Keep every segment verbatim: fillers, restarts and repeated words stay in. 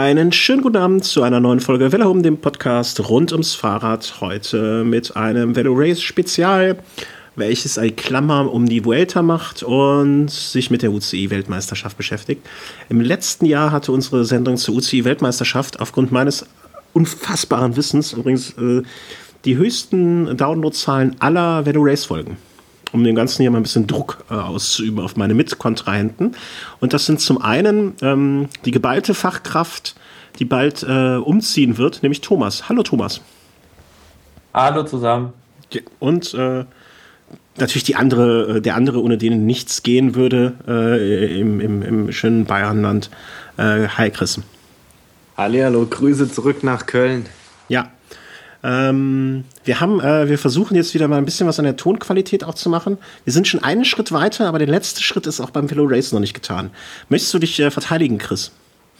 Einen schönen guten Abend zu einer neuen Folge Velo Home, dem Podcast rund ums Fahrrad. Heute mit einem Velo Race Spezial, welches eine Klammer um die Vuelta macht und sich mit der U C I-Weltmeisterschaft beschäftigt. Im letzten Jahr hatte unsere Sendung zur U C I-Weltmeisterschaft aufgrund meines unfassbaren Wissens übrigens äh, die höchsten Downloadzahlen aller Velo Race Folgen, um dem Ganzen hier mal ein bisschen Druck äh, auszuüben auf meine Mitkontrahenten. Und das sind zum einen ähm, die geballte Fachkraft, die bald äh, umziehen wird, nämlich Thomas. Hallo Thomas. Hallo zusammen. Und äh, natürlich die andere, der andere, ohne den nichts gehen würde, äh, im, im, im schönen Bayernland. Äh, hi Chris. Hallihallo, Grüße zurück nach Köln. Ja. Ähm, wir haben, äh, wir versuchen jetzt wieder mal ein bisschen was an der Tonqualität auch zu machen. Wir sind schon einen Schritt weiter, aber der letzte Schritt ist auch beim Velo Race noch nicht getan. Möchtest du dich äh, verteidigen, Chris?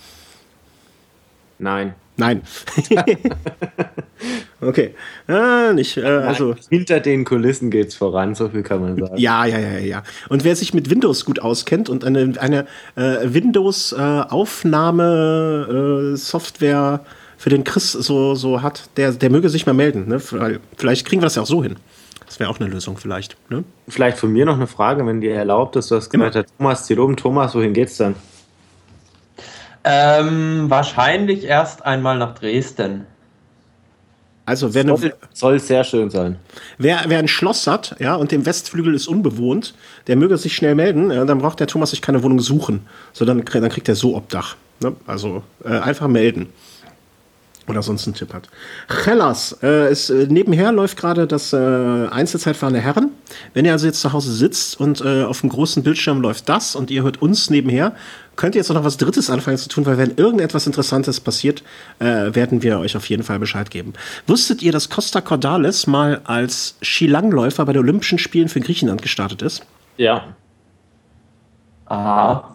Nein. Nein. Okay. Äh, nicht, äh, also. Hinter den Kulissen geht's voran, so viel kann man sagen. Ja, ja, ja, ja. Und wer sich mit Windows gut auskennt und eine, eine äh, Windows-Aufnahme-Software äh, für den Chris so, so hat, der, der möge sich mal melden. Ne? Vielleicht kriegen wir das ja auch so hin. Das wäre auch eine Lösung vielleicht. Ne? Vielleicht von mir noch eine Frage, wenn dir erlaubt ist. Du hast gesagt, der Thomas zieht um. Thomas, wohin geht's dann? Ähm, wahrscheinlich erst einmal nach Dresden. Also wer soll, eine, soll sehr schön sein. Wer, wer ein Schloss hat, ja, und dem Westflügel ist unbewohnt, der möge sich schnell melden. Ja, dann braucht der Thomas sich keine Wohnung suchen, sondern dann kriegt er so Obdach. Ne? Also äh, einfach melden. Oder sonst einen Tipp hat. Hellas, äh, ist, äh, nebenher läuft gerade das äh, Einzelzeitfahren der Herren. Wenn ihr also jetzt zu Hause sitzt und äh, auf dem großen Bildschirm läuft das und ihr hört uns nebenher, könnt ihr jetzt auch noch was Drittes anfangen zu tun, weil wenn irgendetwas Interessantes passiert, äh, werden wir euch auf jeden Fall Bescheid geben. Wusstet ihr, dass Costa Cordalis mal als Skilangläufer bei den Olympischen Spielen für Griechenland gestartet ist? Ja. Aha.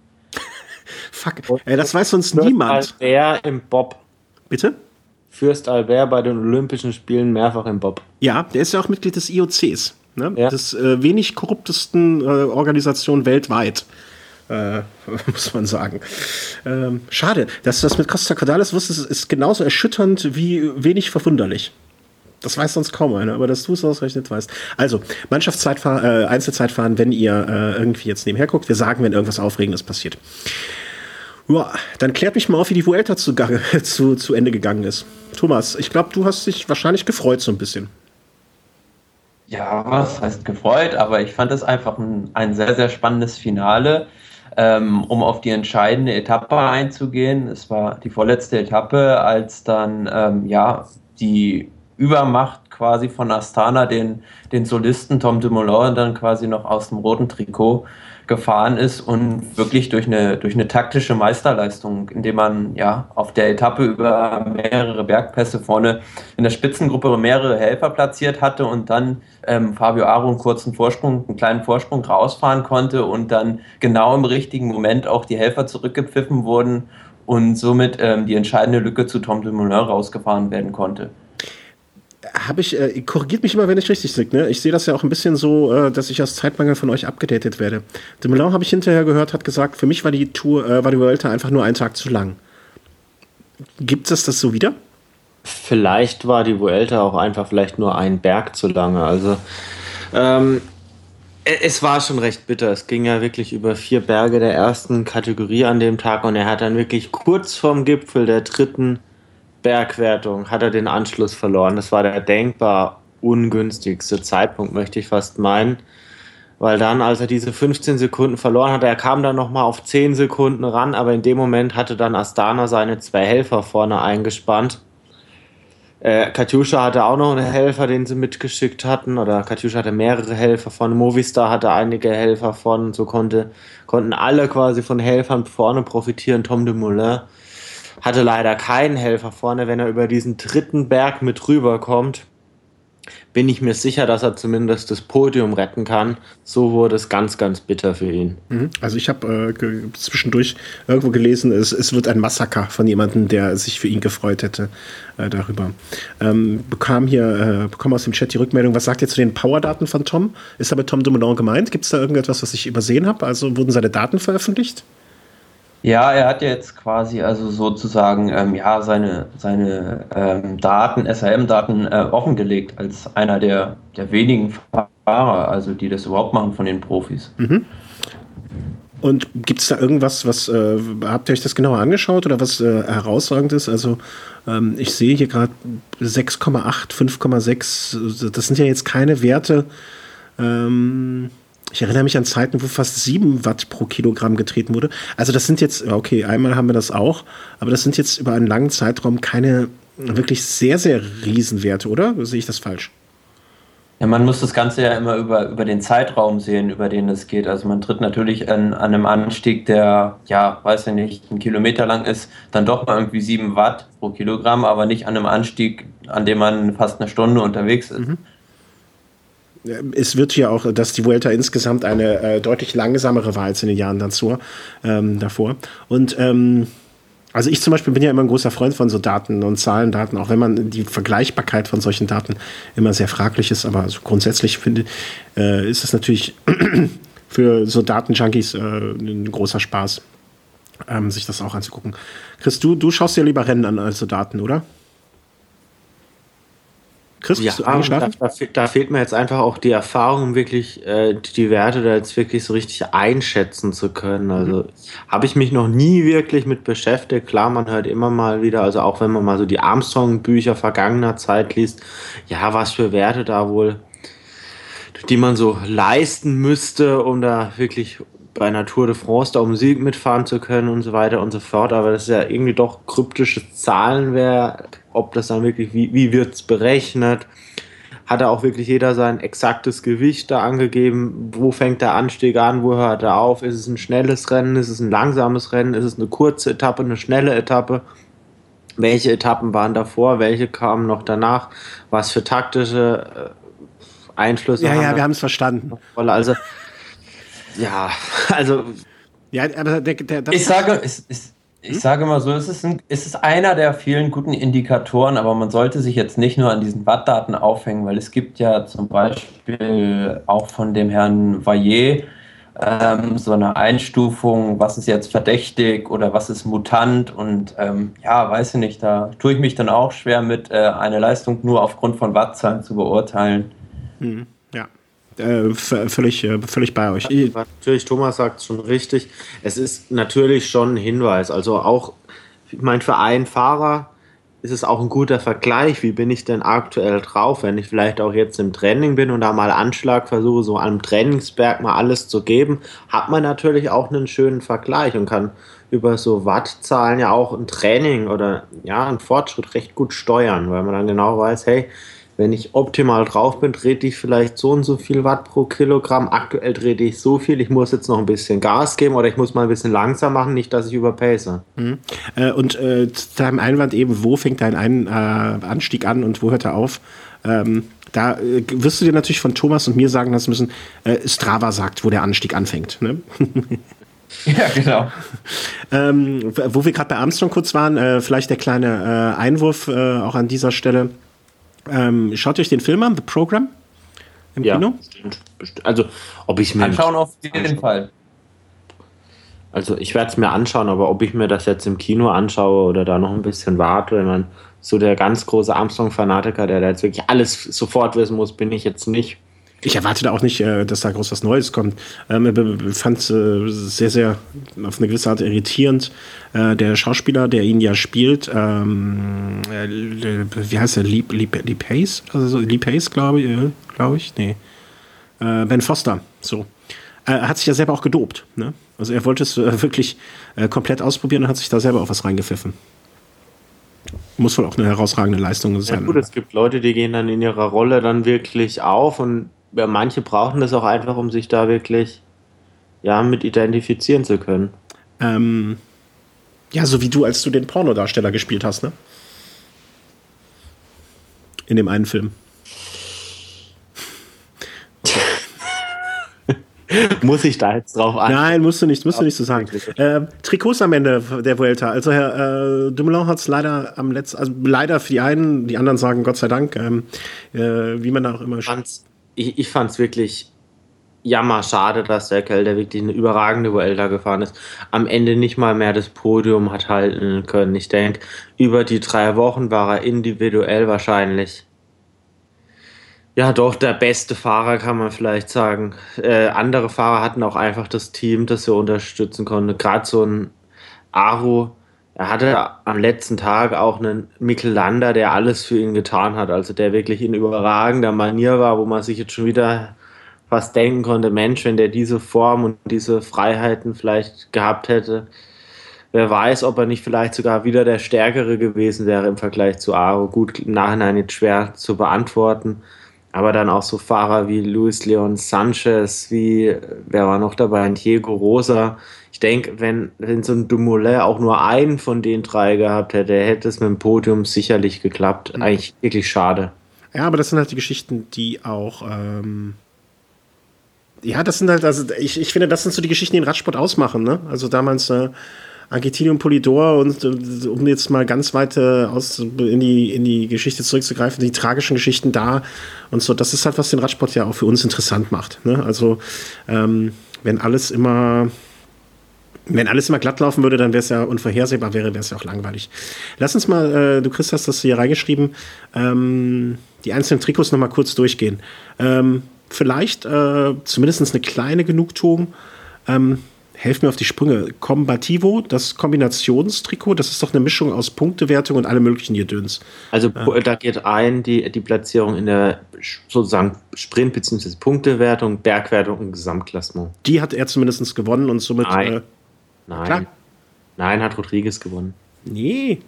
Fuck, äh, das weiß sonst niemand. Albert im Bob. Bitte? Fürst Albert bei den Olympischen Spielen mehrfach im Bob. Ja, der ist ja auch Mitglied des I O Cs, ne? Ja. Des äh, wenig korruptesten äh, Organisation weltweit, äh, muss man sagen. Ähm, schade, dass du das mit Costa Cordalis wusstest, ist genauso erschütternd wie wenig verwunderlich. Das weiß sonst kaum einer, aber dass du es ausgerechnet weißt. Also, Mannschaftszeitfahren, äh, Einzelzeitfahren, wenn ihr äh, irgendwie jetzt nebenher guckt, wir sagen, wenn irgendwas Aufregendes passiert. Ja, dann klärt mich mal auf, wie die Vuelta zu, zu, zu Ende gegangen ist. Thomas, ich glaube, du hast dich wahrscheinlich gefreut so ein bisschen. Ja, was heißt gefreut, aber ich fand es einfach ein, ein sehr, sehr spannendes Finale, ähm, um auf die entscheidende Etappe einzugehen. Es war die vorletzte Etappe, als dann ähm, ja die Übermacht quasi von Astana den, den Solisten Tom Dumoulin dann quasi noch aus dem roten Trikot gefahren ist und wirklich durch eine, durch eine taktische Meisterleistung, indem man ja auf der Etappe über mehrere Bergpässe vorne in der Spitzengruppe mehrere Helfer platziert hatte und dann ähm, Fabio Aru einen kurzen Vorsprung, einen kleinen Vorsprung rausfahren konnte und dann genau im richtigen Moment auch die Helfer zurückgepfiffen wurden und somit ähm, die entscheidende Lücke zu Tom Dumoulin rausgefahren werden konnte. Habe ich, äh, korrigiert mich immer, wenn ich richtig liege, ne? Ich sehe das ja auch ein bisschen so, äh, dass ich aus Zeitmangel von euch abgedatet werde. Dumoulin, habe ich hinterher gehört, hat gesagt, für mich war die Tour, äh, war die Vuelta einfach nur einen Tag zu lang. Gibt es das so wieder? Vielleicht war die Vuelta auch einfach vielleicht nur ein Berg zu lange. Also ähm, es war schon recht bitter. Es ging ja wirklich über vier Berge der ersten Kategorie an dem Tag und er hat dann wirklich kurz vorm Gipfel der dritten Bergwertung hat er den Anschluss verloren. Das war der denkbar ungünstigste Zeitpunkt, möchte ich fast meinen. Weil dann, als er diese fünfzehn Sekunden verloren hatte, er kam dann nochmal auf zehn Sekunden ran, aber in dem Moment hatte dann Astana seine zwei Helfer vorne eingespannt. Äh, Katusha hatte auch noch einen Helfer, den sie mitgeschickt hatten, oder Katusha hatte mehrere Helfer von, Movistar hatte einige Helfer von, so konnte, konnten alle quasi von Helfern vorne profitieren. Tom Dumoulin hatte leider keinen Helfer vorne. Wenn er über diesen dritten Berg mit rüberkommt, bin ich mir sicher, dass er zumindest das Podium retten kann. So wurde es ganz, ganz bitter für ihn. Also ich habe äh, zwischendurch irgendwo gelesen, es, es wird ein Massaker von jemandem, der sich für ihn gefreut hätte äh, darüber. Ähm, bekam hier, äh, bekomme aus dem Chat die Rückmeldung, was sagt ihr zu den Powerdaten von Tom? Ist da mit Tom Dumoulin gemeint? Gibt es da irgendetwas, was ich übersehen habe? Also wurden seine Daten veröffentlicht? Ja, er hat ja jetzt quasi also sozusagen ähm, ja, seine, seine ähm, Daten, S R M-Daten äh, offengelegt als einer der, der wenigen Fahrer, also die das überhaupt machen von den Profis. Mhm. Und gibt es da irgendwas, was, äh, habt ihr euch das genauer angeschaut oder was äh, herausragend ist? Also ähm, ich sehe hier gerade sechs Komma acht, fünf Komma sechs, das sind ja jetzt keine Werte. Ähm, ich erinnere mich an Zeiten, wo fast sieben Watt pro Kilogramm getreten wurde. Also das sind jetzt, okay, einmal haben wir das auch, aber das sind jetzt über einen langen Zeitraum keine wirklich sehr, sehr Riesenwerte, oder? Sehe ich das falsch? Ja, man muss das Ganze ja immer über, über den Zeitraum sehen, über den es geht. Also man tritt natürlich an, an einem Anstieg, der, ja, weiß ich nicht, einen Kilometer lang ist, dann doch mal irgendwie sieben Watt pro Kilogramm, aber nicht an einem Anstieg, an dem man fast eine Stunde unterwegs ist. Mhm. Es wird ja auch, dass die Vuelta insgesamt eine äh, deutlich langsamere war als in den Jahren dazu, ähm, davor. Und ähm, also ich zum Beispiel bin ja immer ein großer Freund von so Daten und Zahlendaten, auch wenn man die Vergleichbarkeit von solchen Daten immer sehr fraglich ist. Aber also grundsätzlich finde äh, ist es natürlich für so Datenjunkies äh, ein großer Spaß, ähm, sich das auch anzugucken. Chris, du, du schaust dir lieber Rennen an als so Daten, oder? Chris, bist ja, du eingeschlafen? Da, da, da fehlt mir jetzt einfach auch die Erfahrung, wirklich äh, die Werte da jetzt wirklich so richtig einschätzen zu können. Also mhm. habe ich mich noch nie wirklich mit beschäftigt. Klar, man hört immer mal wieder, also auch wenn man mal so die Armstrong-Bücher vergangener Zeit liest, ja, was für Werte da wohl, die man so leisten müsste, um da wirklich bei einer Tour de France da um Sieg mitfahren zu können und so weiter und so fort. Aber das ist ja irgendwie doch kryptisches Zahlenwerk. Ob das dann wirklich, wie, wie wird es berechnet? Hat da auch wirklich jeder sein exaktes Gewicht da angegeben? Wo fängt der Anstieg an? Wo hört er auf? Ist es ein schnelles Rennen? Ist es ein langsames Rennen? Ist es eine kurze Etappe, eine schnelle Etappe? Welche Etappen waren davor? Welche kamen noch danach? Was für taktische Einflüsse ja, haben? Ja, ja, wir haben es verstanden. Also, ja, also. Ja, aber der, der, das ich sage, es ist. Ich sage mal so, es ist, ein, es ist einer der vielen guten Indikatoren, aber man sollte sich jetzt nicht nur an diesen Wattdaten aufhängen, weil es gibt ja zum Beispiel auch von dem Herrn Vaillet ähm, so eine Einstufung, was ist jetzt verdächtig oder was ist mutant und ähm, ja, weiß ich nicht, da tue ich mich dann auch schwer mit, äh, eine Leistung nur aufgrund von Wattzahlen zu beurteilen. Hm, ja. Äh, völlig, äh, völlig bei euch. Natürlich, Thomas sagt es schon richtig. Es ist natürlich schon ein Hinweis. Also auch, ich meine, für einen Fahrer ist es auch ein guter Vergleich. Wie bin ich denn aktuell drauf, wenn ich vielleicht auch jetzt im Training bin und da mal Anschlag versuche, so am Trainingsberg mal alles zu geben, hat man natürlich auch einen schönen Vergleich und kann über so Wattzahlen ja auch ein Training oder ja, einen Fortschritt recht gut steuern, weil man dann genau weiß, hey, wenn ich optimal drauf bin, trete ich vielleicht so und so viel Watt pro Kilogramm. Aktuell trete ich so viel, ich muss jetzt noch ein bisschen Gas geben oder ich muss mal ein bisschen langsam machen, nicht, dass ich überpace. Mhm. Äh, und äh, zu deinem Einwand eben, wo fängt dein Ein äh, Anstieg an und wo hört er auf? Ähm, da äh, wirst du dir natürlich von Thomas und mir sagen lassen müssen, äh, Strava sagt, wo der Anstieg anfängt. Ne? Ja, genau. ähm, wo wir gerade bei Armstrong kurz waren, äh, vielleicht der kleine äh, Einwurf äh, auch an dieser Stelle. Ähm, schaut euch den Film an, The Program, im ja, Kino? Bestimmt, bestimmt. Also, ob ich mir anschauen auf jeden anschauen. Fall. Also, ich werde es mir anschauen, aber ob ich mir das jetzt im Kino anschaue oder da noch ein bisschen warte, wenn man so der ganz große Armstrong-Fanatiker, der da jetzt wirklich alles sofort wissen muss, bin ich jetzt nicht. Ich erwarte da auch nicht, dass da groß was Neues kommt. Ähm, ich fand es äh, sehr, sehr auf eine gewisse Art irritierend. Äh, der Schauspieler, der ihn ja spielt, ähm, äh, wie heißt er? Lee, Lee, Lee Pace? Also Lee Pace, glaube ich. Äh, glaube ich. Nee. Äh, Ben Foster. So. Er hat sich ja selber auch gedopt. Ne? Also er wollte es äh, wirklich äh, komplett ausprobieren und hat sich da selber auch was reingepfiffen. Muss wohl auch eine herausragende Leistung sein. Ja gut, es gibt Leute, die gehen dann in ihrer Rolle dann wirklich auf und ja, manche brauchen das auch einfach, um sich da wirklich ja, mit identifizieren zu können. Ähm, ja, so wie du, als du den Pornodarsteller gespielt hast, ne? In dem einen Film. Muss ich da jetzt drauf an? Nein, musst du nicht, musst du nicht so sagen. Äh, Trikots am Ende der Vuelta. Also Herr äh, Dumoulin hat es leider am letzten, also leider für die einen, die anderen sagen Gott sei Dank, ähm, äh, wie man da auch immer. Fand's, ich ich fand es wirklich jammer schade, dass der Kerl, der wirklich eine überragende Vuelta gefahren ist, am Ende nicht mal mehr das Podium hat halten können. Ich denke, über die drei Wochen war er individuell wahrscheinlich ja doch der beste Fahrer, kann man vielleicht sagen. Äh, andere Fahrer hatten auch einfach das Team, das sie unterstützen konnte. Gerade so ein Aru, er hatte am letzten Tag auch einen Mikel Landa, der alles für ihn getan hat. Also der wirklich in überragender Manier war, wo man sich jetzt schon wieder fast denken konnte, Mensch, wenn der diese Form und diese Freiheiten vielleicht gehabt hätte, wer weiß, ob er nicht vielleicht sogar wieder der Stärkere gewesen wäre im Vergleich zu Aru. Gut, im Nachhinein jetzt schwer zu beantworten, aber dann auch so Fahrer wie Luis Leon Sanchez, wie, wer war noch dabei, Diego Rosa. Ich denke, wenn, wenn so ein Dumoulin auch nur einen von den drei gehabt hätte, hätte es mit dem Podium sicherlich geklappt. Mhm. Eigentlich wirklich schade. Ja, aber das sind halt die Geschichten, die auch ähm ja, das sind halt, also ich, ich finde, das sind so die Geschichten, die den Radsport ausmachen, ne? Also damals äh, Argentinium und Polidor und äh, um jetzt mal ganz weit äh, aus in die, in die Geschichte zurückzugreifen, die tragischen Geschichten da und so, das ist halt, was den Radsport ja auch für uns interessant macht, ne? Also ähm, wenn alles immer wenn alles immer glatt laufen würde, dann wäre es ja unvorhersehbar, wäre wäre es ja auch langweilig. Lass uns mal, äh, du Chris hast das hier reingeschrieben, ähm, die einzelnen Trikots noch mal kurz durchgehen. Ähm, Vielleicht äh, zumindest eine kleine Genugtuung. Ähm, helft mir auf die Sprünge. Combativo, das Kombinationstrikot, das ist doch eine Mischung aus Punktewertung und alle möglichen Gedöns. Also äh. da geht ein die, die Platzierung in der sozusagen Sprint- bzw. Punktewertung, Bergwertung und Gesamtklassement. Die hat er zumindest gewonnen und somit... Nein, äh, Nein. Klar. Nein, hat Rodriguez gewonnen. Nee.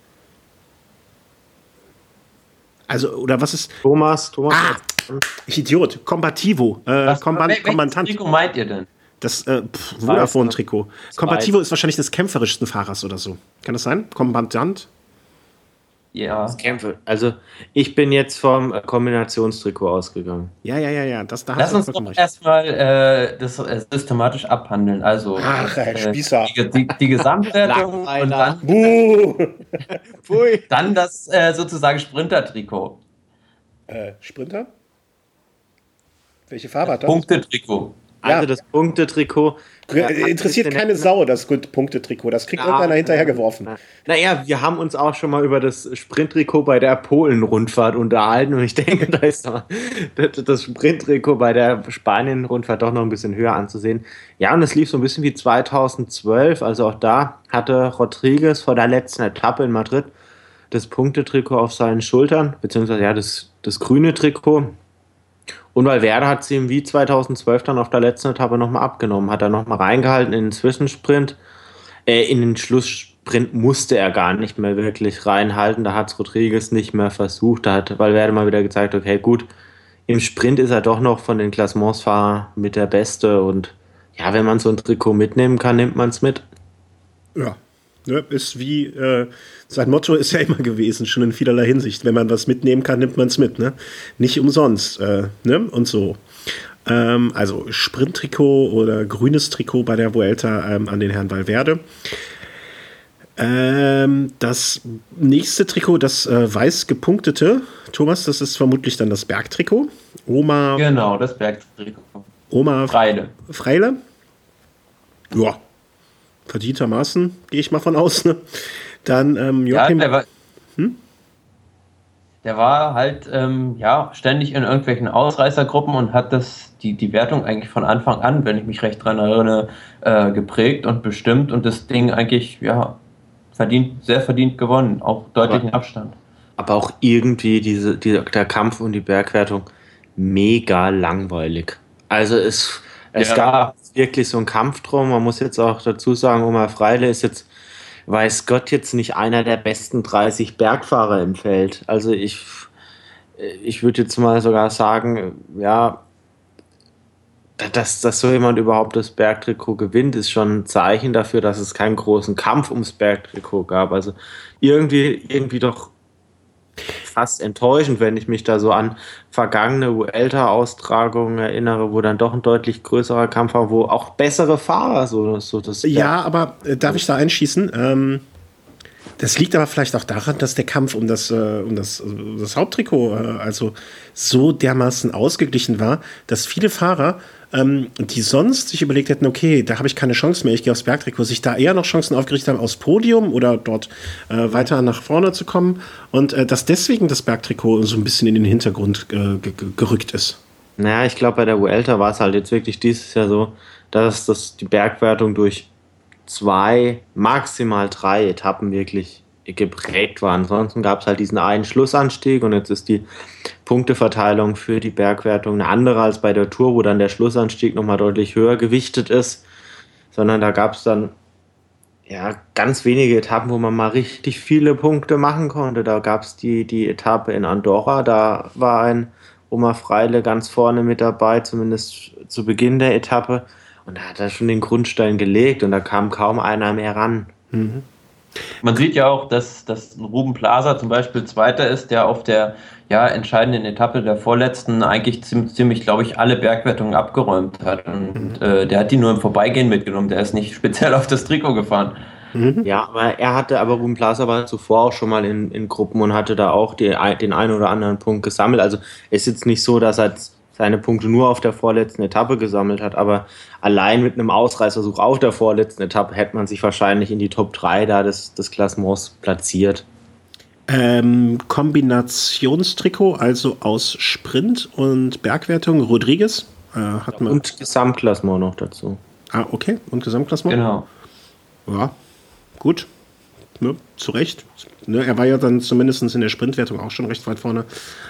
Also, oder was ist... Thomas, Thomas... Ah, ich Idiot. Kombativo. Äh, was, Komban- wel- Kommandant. Welches Trikot meint ihr denn? Das äh, Vodafone-Trikot. Kombativo ist wahrscheinlich des kämpferischsten Fahrers oder so. Kann das sein? Kommandant? Ja. Das Kämpfe. Also, ich bin jetzt vom Kombinationstrikot ausgegangen. Ja, ja, ja, ja. Das, da Lass uns doch erstmal äh, das äh, systematisch abhandeln. Also, Ach, Herr äh, Spießer. die, die, die Gesamtwertung und dann, Pfui. dann das äh, sozusagen Sprinter-Trikot. Äh, Sprinter? Welche Farbe hat das? Punktetrikot. Also Ja. das Punktetrikot. Äh, interessiert keine Sau, das Punktetrikot. Das kriegt Ja, irgendeiner hinterhergeworfen. Naja, wir haben uns auch schon mal über das Sprinttrikot bei der Polen-Rundfahrt unterhalten und ich denke, da ist noch das Sprinttrikot bei der Spanien-Rundfahrt doch noch ein bisschen höher anzusehen. Ja, und es lief so ein bisschen wie zweitausendzwölf, also auch da hatte Rodriguez vor der letzten Etappe in Madrid das Punktetrikot auf seinen Schultern, beziehungsweise ja, das, das grüne Trikot. Und Valverde hat sie ihm wie zweitausendzwölf dann auf der letzten Etappe nochmal abgenommen, hat er nochmal reingehalten in den Zwischensprint. Äh, in den Schlusssprint musste er gar nicht mehr wirklich reinhalten, da hat es Rodriguez nicht mehr versucht, da hat Valverde mal wieder gezeigt, okay, gut, im Sprint ist er doch noch von den Klassementsfahrern mit der Beste und ja, wenn man so ein Trikot mitnehmen kann, nimmt man es mit. Ja. Ne, ist wie, äh, sein Motto ist ja immer gewesen, schon in vielerlei Hinsicht. Wenn man was mitnehmen kann, nimmt man es mit. Ne? Nicht umsonst. Äh, ne? Und so. Ähm, also Sprinttrikot oder grünes Trikot bei der Vuelta ähm, an den Herrn Valverde. Ähm, das nächste Trikot, das äh, weiß gepunktete, Thomas, das ist vermutlich dann das Bergtrikot. Oma. Genau, das Bergtrikot. Oma Freile. Freile? Ja. Verdientermaßen, gehe ich mal von aus. Ne? Dann ähm, Joachim. Ja, der war, hm? der war halt ähm, ja, ständig in irgendwelchen Ausreißergruppen und hat das, die, die Wertung eigentlich von Anfang an, wenn ich mich recht dran erinnere, äh, geprägt und bestimmt und das Ding eigentlich ja, verdient, sehr verdient gewonnen, auch deutlichen Abstand. Aber auch irgendwie diese, die, der Kampf um die Bergwertung mega langweilig. Also es, es ja. gab wirklich so einen Kampf drum. Man muss jetzt auch dazu sagen, Oma Freile ist jetzt, weiß Gott, jetzt nicht einer der besten dreißig Bergfahrer im Feld. Also ich, ich würde jetzt mal sogar sagen, ja, dass, dass so jemand überhaupt das Bergtrikot gewinnt, ist schon ein Zeichen dafür, dass es keinen großen Kampf ums Bergtrikot gab. Also irgendwie, irgendwie doch fast enttäuschend, wenn ich mich da so an vergangene Vuelta-Austragungen erinnere, wo dann doch ein deutlich größerer Kampf war, wo auch bessere Fahrer so, so das... Ja, aber äh, darf ich da einschießen? Ähm, Das liegt aber vielleicht auch daran, dass der Kampf um das, äh, um das, um das Haupttrikot äh, also so dermaßen ausgeglichen war, dass viele Fahrer, ähm, die sonst sich überlegt hätten, okay, da habe ich keine Chance mehr, ich gehe aufs Bergtrikot, sich da eher noch Chancen aufgerichtet haben, aufs Podium oder dort äh, weiter nach vorne zu kommen und äh, dass deswegen das Bergtrikot so ein bisschen in den Hintergrund äh, ge- gerückt ist. Naja, ich glaube, bei der Vuelta war es halt jetzt wirklich dieses Jahr so, dass das die Bergwertung durch zwei, maximal drei Etappen wirklich geprägt war. Ansonsten gab es halt diesen einen Schlussanstieg und jetzt ist die Punkteverteilung für die Bergwertung eine andere als bei der Tour, wo dann der Schlussanstieg nochmal deutlich höher gewichtet ist, sondern da gab es dann ja ganz wenige Etappen, wo man mal richtig viele Punkte machen konnte. Da gab es die, die Etappe in Andorra, da war ein Oma Freile ganz vorne mit dabei, zumindest zu Beginn der Etappe. Und da hat er schon den Grundstein gelegt und da kam kaum einer mehr ran. Mhm. Man sieht ja auch, dass, dass Ruben Plaza zum Beispiel Zweiter ist, der auf der ja, entscheidenden Etappe der vorletzten eigentlich ziemlich, ziemlich glaube ich, alle Bergwertungen abgeräumt hat. Und mhm. äh, der hat die nur im Vorbeigehen mitgenommen, der ist nicht speziell auf das Trikot gefahren. Mhm. Ja, aber er hatte, aber Ruben Plaza war zuvor auch schon mal in, in Gruppen und hatte da auch die, den einen oder anderen Punkt gesammelt. Also es ist jetzt nicht so, dass er seine Punkte nur auf der vorletzten Etappe gesammelt hat, aber allein mit einem Ausreißversuch auf der vorletzten Etappe hätte man sich wahrscheinlich in die Top drei da des, des Klassements platziert. Ähm, Kombinationstrikot, also aus Sprint und Bergwertung, Rodriguez. Äh, hat man und Gesamtklassement noch dazu. Ah, okay. Und Gesamtklassement? Genau. Ja, gut. Ne, zu Recht. Ne, er war ja dann zumindest in der Sprintwertung auch schon recht weit vorne.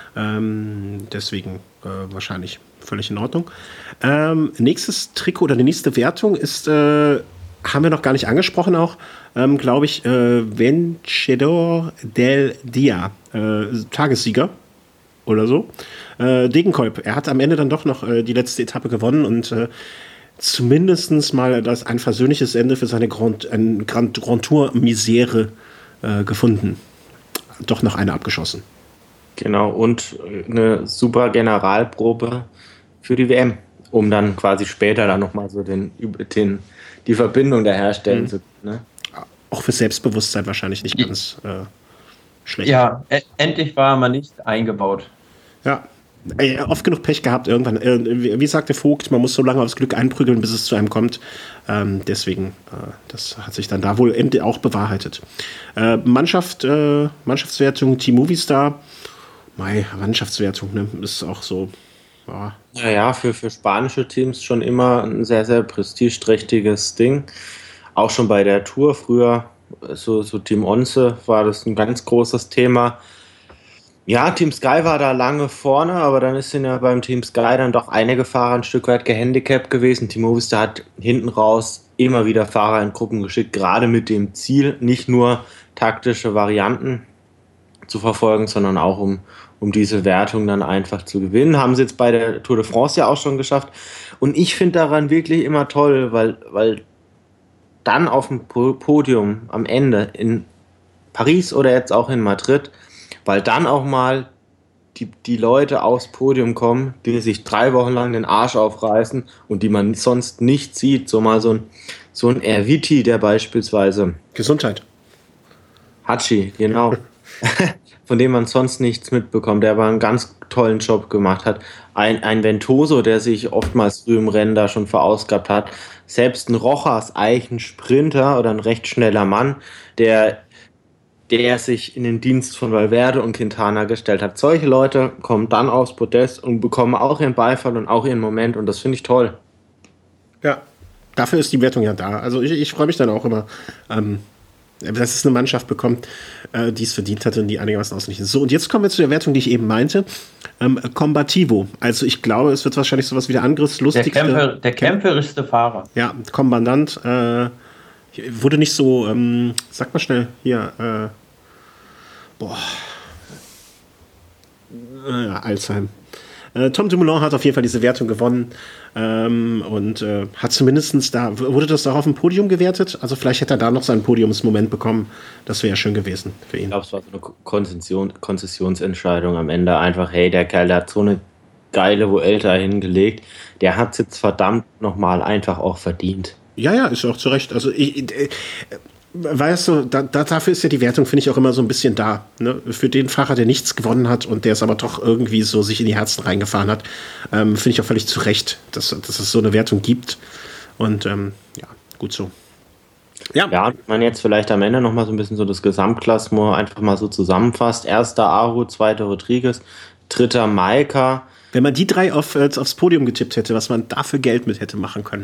Ähm, deswegen äh, wahrscheinlich völlig in Ordnung. Ähm, nächstes Trikot oder die nächste Wertung ist, äh, haben wir noch gar nicht angesprochen auch, ähm, glaube ich, äh, Vencedor del Dia, äh, Tagessieger oder so. Äh, Degenkolb, er hat am Ende dann doch noch äh, die letzte Etappe gewonnen und äh, zumindest mal das ein versöhnliches Ende für seine Grand, ein Grand, Grand Tour Misere äh, gefunden. Doch noch eine abgeschossen. Genau, und eine super Generalprobe für die W M, um dann quasi später dann nochmal so den, den, die Verbindung da herstellen mhm. zu können. Ne? Auch für Selbstbewusstsein wahrscheinlich nicht ganz äh, schlecht. Ja, e- endlich war man nicht eingebaut. Ja, äh, oft genug Pech gehabt irgendwann. Äh, wie, wie sagte Vogt, man muss so lange aufs Glück einprügeln, bis es zu einem kommt. Ähm, deswegen, äh, das hat sich dann da wohl auch bewahrheitet. Äh, Mannschaft, äh, Mannschaftswertung, Team Movistar. Mei, Mannschaftswertung, ne, ist auch so. Ja, ja, ja für, für spanische Teams schon immer ein sehr, sehr prestigeträchtiges Ding. Auch schon bei der Tour früher, so, so Team Once war das ein ganz großes Thema. Ja, Team Sky war da lange vorne, aber dann ist ja beim Team Sky dann doch einige Fahrer ein Stück weit gehandicapt gewesen. Team Movistar hat hinten raus immer wieder Fahrer in Gruppen geschickt, gerade mit dem Ziel, nicht nur taktische Varianten zu verfolgen, sondern auch um, um diese Wertung dann einfach zu gewinnen. Haben sie jetzt bei der Tour de France ja auch schon geschafft. Und ich finde daran wirklich immer toll, weil, weil dann auf dem Podium am Ende in Paris oder jetzt auch in Madrid, weil dann auch mal die, die Leute aufs Podium kommen, die sich drei Wochen lang den Arsch aufreißen und die man sonst nicht sieht. So mal so ein, so ein Erviti, der beispielsweise... Gesundheit. Hatschi, genau. Von dem man sonst nichts mitbekommt, der aber einen ganz tollen Job gemacht hat. Ein, ein Ventoso, der sich oftmals früh im Rennen da schon verausgabt hat. Selbst ein Rojas, eigentlich ein Sprinter oder ein recht schneller Mann, der, der sich in den Dienst von Valverde und Quintana gestellt hat. Solche Leute kommen dann aufs Podest und bekommen auch ihren Beifall und auch ihren Moment und das finde ich toll. Ja, dafür ist die Wertung ja da. Also ich, ich freue mich dann auch immer, ähm, dass es eine Mannschaft bekommt, äh, die es verdient hat und die einigermaßen ausgeglichen ist. So, und jetzt kommen wir zu der Wertung, die ich eben meinte. Ähm, Combativo. Also ich glaube, es wird wahrscheinlich sowas wie der angriffslustigste... Der, Kämpfer, der kämpferischste Fahrer. Ja, Kommandant. Äh, wurde nicht so, ähm, sag mal schnell, hier, äh, boah. Äh, Alzheim. Äh, Tom Dumoulin hat auf jeden Fall diese Wertung gewonnen ähm, und äh, hat zumindest da, wurde das auch auf dem Podium gewertet? Also vielleicht hätte er da noch seinen Podiumsmoment bekommen. Das wäre ja schön gewesen für ihn. Ich glaube, es war so eine Konzession, Konzessionsentscheidung am Ende. Einfach, hey, der Kerl, der hat so eine geile Vuelta hingelegt. Der hat es jetzt verdammt nochmal einfach auch verdient. Ja, ja, ist auch zu Recht. Also ich, äh, weißt du, da, da, dafür ist ja die Wertung, finde ich, auch immer so ein bisschen da. Ne? Für den Fahrer, der nichts gewonnen hat und der es aber doch irgendwie so sich in die Herzen reingefahren hat, ähm, finde ich auch völlig zu Recht, dass, dass es so eine Wertung gibt. Und ähm, ja, gut so. Ja, ja, wenn man jetzt vielleicht am Ende nochmal so ein bisschen so das Gesamtklassement einfach mal so zusammenfasst. Erster Aru, zweiter Rodriguez, dritter Maika. Wenn man die drei auf, äh, aufs Podium getippt hätte, was man dafür Geld mit hätte machen können.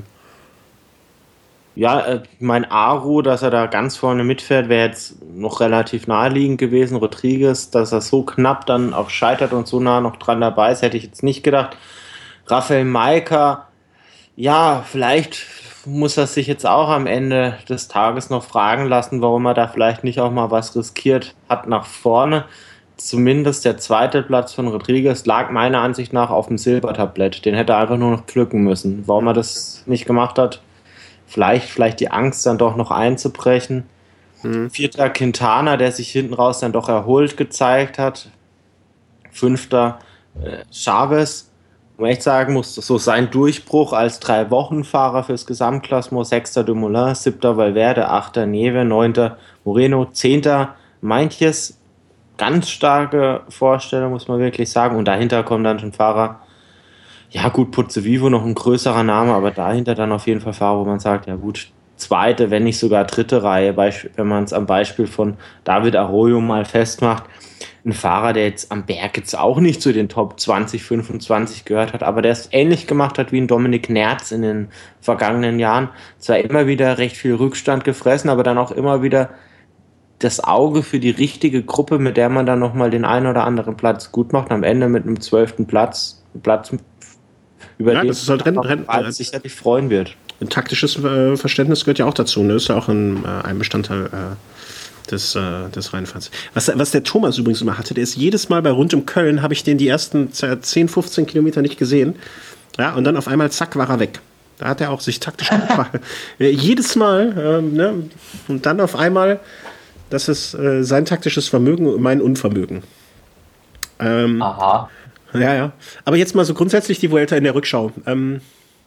Ja, äh, mein Aru, dass er da ganz vorne mitfährt, wäre jetzt noch relativ naheliegend gewesen. Rodriguez, dass er so knapp dann auch scheitert und so nah noch dran dabei ist, hätte ich jetzt nicht gedacht. Rafael Maika, ja, vielleicht muss er sich jetzt auch am Ende des Tages noch fragen lassen, warum er da vielleicht nicht auch mal was riskiert hat nach vorne. Zumindest der zweite Platz von Rodriguez lag meiner Ansicht nach auf dem Silbertablett. Den hätte er einfach nur noch pflücken müssen. Warum er das nicht gemacht hat, vielleicht, vielleicht die Angst dann doch noch einzubrechen. Mhm. Vierter Quintana, der sich hinten raus dann doch erholt gezeigt hat. Fünfter äh, Chavez. Und ich sagen muss, so sein Durchbruch als Drei-Wochen-Fahrer fürs Gesamtklassement. Sechster Dumoulin, siebter Valverde, achter Neve, neunter Moreno, zehnter Meintjes. Ganz starke Vorstellung, muss man wirklich sagen. Und dahinter kommen dann schon Fahrer, ja gut, Pozzovivo noch ein größerer Name, aber dahinter dann auf jeden Fall Fahrer, wo man sagt, ja gut, zweite, wenn nicht sogar dritte Reihe, wenn man es am Beispiel von David Arroyo mal festmacht. Ein Fahrer, der jetzt am Berg jetzt auch nicht zu den Top zwanzig, fünfundzwanzig gehört hat, aber der es ähnlich gemacht hat wie ein Dominik Nerz in den vergangenen Jahren. Zwar immer wieder recht viel Rückstand gefressen, aber dann auch immer wieder das Auge für die richtige Gruppe, mit der man dann nochmal den einen oder anderen Platz gut macht. Am Ende mit einem zwölften Platz, Platz über ja, den das ist halt Rennen, Rennen, man sicherlich freuen wird. Ein taktisches äh, Verständnis gehört ja auch dazu. Ne? Ist ja auch ein, äh, ein Bestandteil äh, des, äh, des Rennfahrens. Was, was der Thomas übrigens immer hatte, der ist jedes Mal bei Rund um Köln, habe ich den die ersten zehn, fünfzehn Kilometer nicht gesehen. Ja, und dann auf einmal, zack, war er weg. Da hat er auch sich taktisch äh, jedes Mal, äh, ne? Und dann auf einmal, das ist äh, sein taktisches Vermögen und mein Unvermögen. Ähm, Aha. Ja, ja. Aber jetzt mal so grundsätzlich die Vuelta in der Rückschau. Ähm,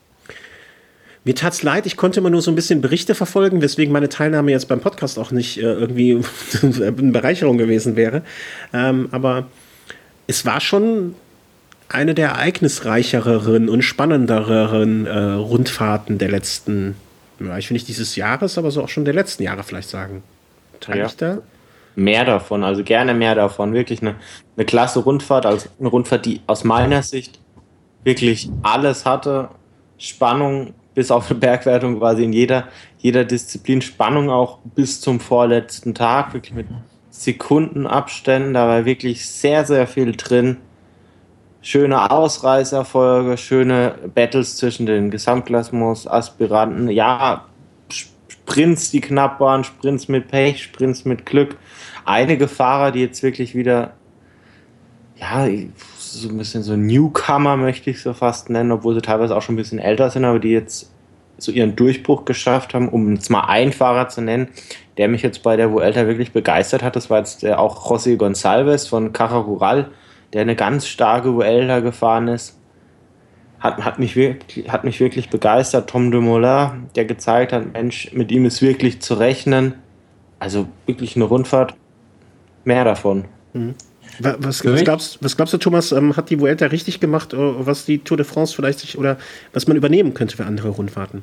mir tat's leid, ich konnte immer nur so ein bisschen Berichte verfolgen, weswegen meine Teilnahme jetzt beim Podcast auch nicht äh, irgendwie eine Bereicherung gewesen wäre. Ähm, aber es war schon eine der ereignisreicheren und spannenderen äh, Rundfahrten der letzten, ja, ich will nicht dieses Jahres, aber so auch schon der letzten Jahre vielleicht sagen. Teile Ja. ich da? Mehr davon, also gerne mehr davon. Wirklich eine, eine klasse Rundfahrt, also eine Rundfahrt, die aus meiner Sicht wirklich alles hatte. Spannung bis auf eine Bergwertung quasi in jeder, jeder Disziplin. Spannung auch bis zum vorletzten Tag, wirklich mit Sekundenabständen. Da war wirklich sehr, sehr viel drin. Schöne Ausreißerfolge, schöne Battles zwischen den Gesamtklassements, Aspiranten. Ja, Sprints, die knapp waren, Sprints mit Pech, Sprints mit Glück. Einige Fahrer, die jetzt wirklich wieder, ja, so ein bisschen so Newcomer möchte ich so fast nennen, obwohl sie teilweise auch schon ein bisschen älter sind, aber die jetzt so ihren Durchbruch geschafft haben, um jetzt mal einen Fahrer zu nennen, der mich jetzt bei der Vuelta wirklich begeistert hat. Das war jetzt der, auch José Gonçalves von Caja Rural, der eine ganz starke Vuelta gefahren ist. Hat, hat, mich wirklich, hat mich wirklich begeistert. Tom Dumoulin, der gezeigt hat, Mensch, mit ihm ist wirklich zu rechnen. Also wirklich eine Rundfahrt, mehr davon. Mhm. Was, was, glaubst, was glaubst du, Thomas, ähm, hat die Vuelta richtig gemacht, was die Tour de France vielleicht sich, oder was man übernehmen könnte für andere Rundfahrten?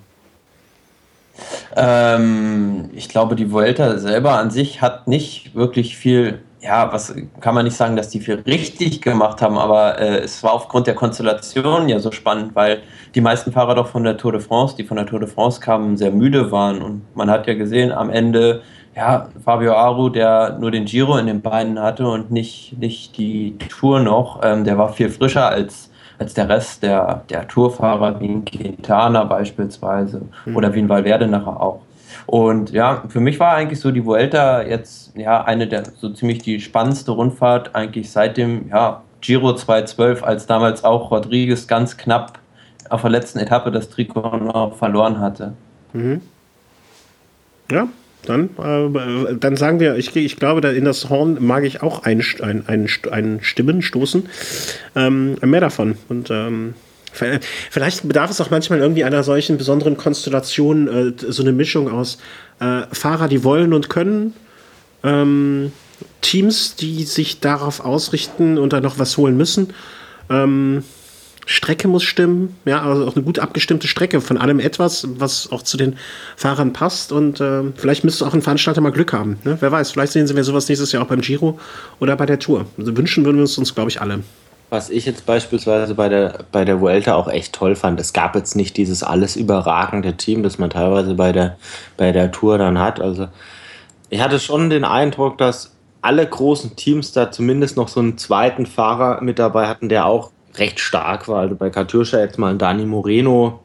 Ähm, ich glaube, die Vuelta selber an sich hat nicht wirklich viel, ja, was kann man nicht sagen, dass die viel richtig gemacht haben, aber äh, es war aufgrund der Konstellation ja so spannend, weil die meisten Fahrer doch von der Tour de France, die von der Tour de France kamen, sehr müde waren und man hat ja gesehen, am Ende, ja, Fabio Aru, der nur den Giro in den Beinen hatte und nicht, nicht die Tour noch, ähm, der war viel frischer als als der Rest der, der Tourfahrer, wie ein Quintana beispielsweise mhm. oder wie ein Valverde nachher auch. Und ja, für mich war eigentlich so die Vuelta jetzt ja eine der so ziemlich die spannendste Rundfahrt eigentlich seit dem ja, Giro zweitausendzwölf, als damals auch Rodriguez ganz knapp auf der letzten Etappe das Trikot noch verloren hatte. Mhm. Ja, dann, äh, dann sagen wir, ich, ich glaube, da in das Horn mag ich auch ein, ein, ein, ein Stimmen stoßen. Ähm, mehr davon. Und ähm, Vielleicht bedarf es auch manchmal irgendwie einer solchen besonderen Konstellation, äh, so eine Mischung aus äh, Fahrer, die wollen und können, ähm, Teams, die sich darauf ausrichten und dann noch was holen müssen. Ähm, Strecke muss stimmen, ja, also auch eine gut abgestimmte Strecke, von allem etwas, was auch zu den Fahrern passt. Und äh, vielleicht müsste auch ein Veranstalter mal Glück haben. Ne? Wer weiß, vielleicht sehen wir sowas nächstes Jahr auch beim Giro oder bei der Tour. Also wünschen würden wir uns, uns glaube ich, alle. Was ich jetzt beispielsweise bei der, bei der Vuelta auch echt toll fand, es gab jetzt nicht dieses alles überragende Team, das man teilweise bei der, bei der Tour dann hat. Also ich hatte schon den Eindruck, dass alle großen Teams da zumindest noch so einen zweiten Fahrer mit dabei hatten, der auch recht stark war. Also bei Katusha jetzt mal Dani Moreno,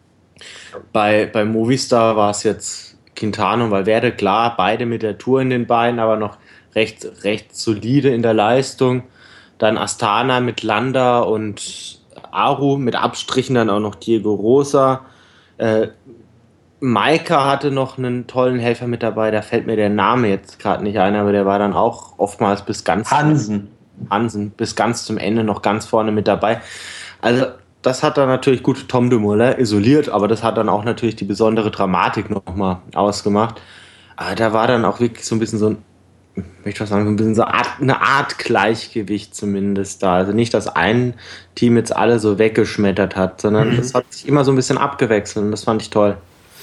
bei, bei Movistar war es jetzt Quintana und Valverde, klar, beide mit der Tour in den Beinen, aber noch recht, recht solide in der Leistung. Dann Astana mit Landa und Aru, mit Abstrichen dann auch noch Diego Rosa. Äh, Maika hatte noch einen tollen Helfer mit dabei, da fällt mir der Name jetzt gerade nicht ein, aber der war dann auch oftmals bis ganz Hansen. Hansen bis ganz zum Ende noch ganz vorne mit dabei. Also das hat dann natürlich gut Tom Dumoulin isoliert, aber das hat dann auch natürlich die besondere Dramatik nochmal ausgemacht. Aber da war dann auch wirklich so ein bisschen so ein, möchte ich sagen, so ein bisschen so eine Art Gleichgewicht zumindest da. Also nicht, dass ein Team jetzt alle so weggeschmettert hat, sondern mhm. das hat sich immer so ein bisschen abgewechselt und das fand ich toll.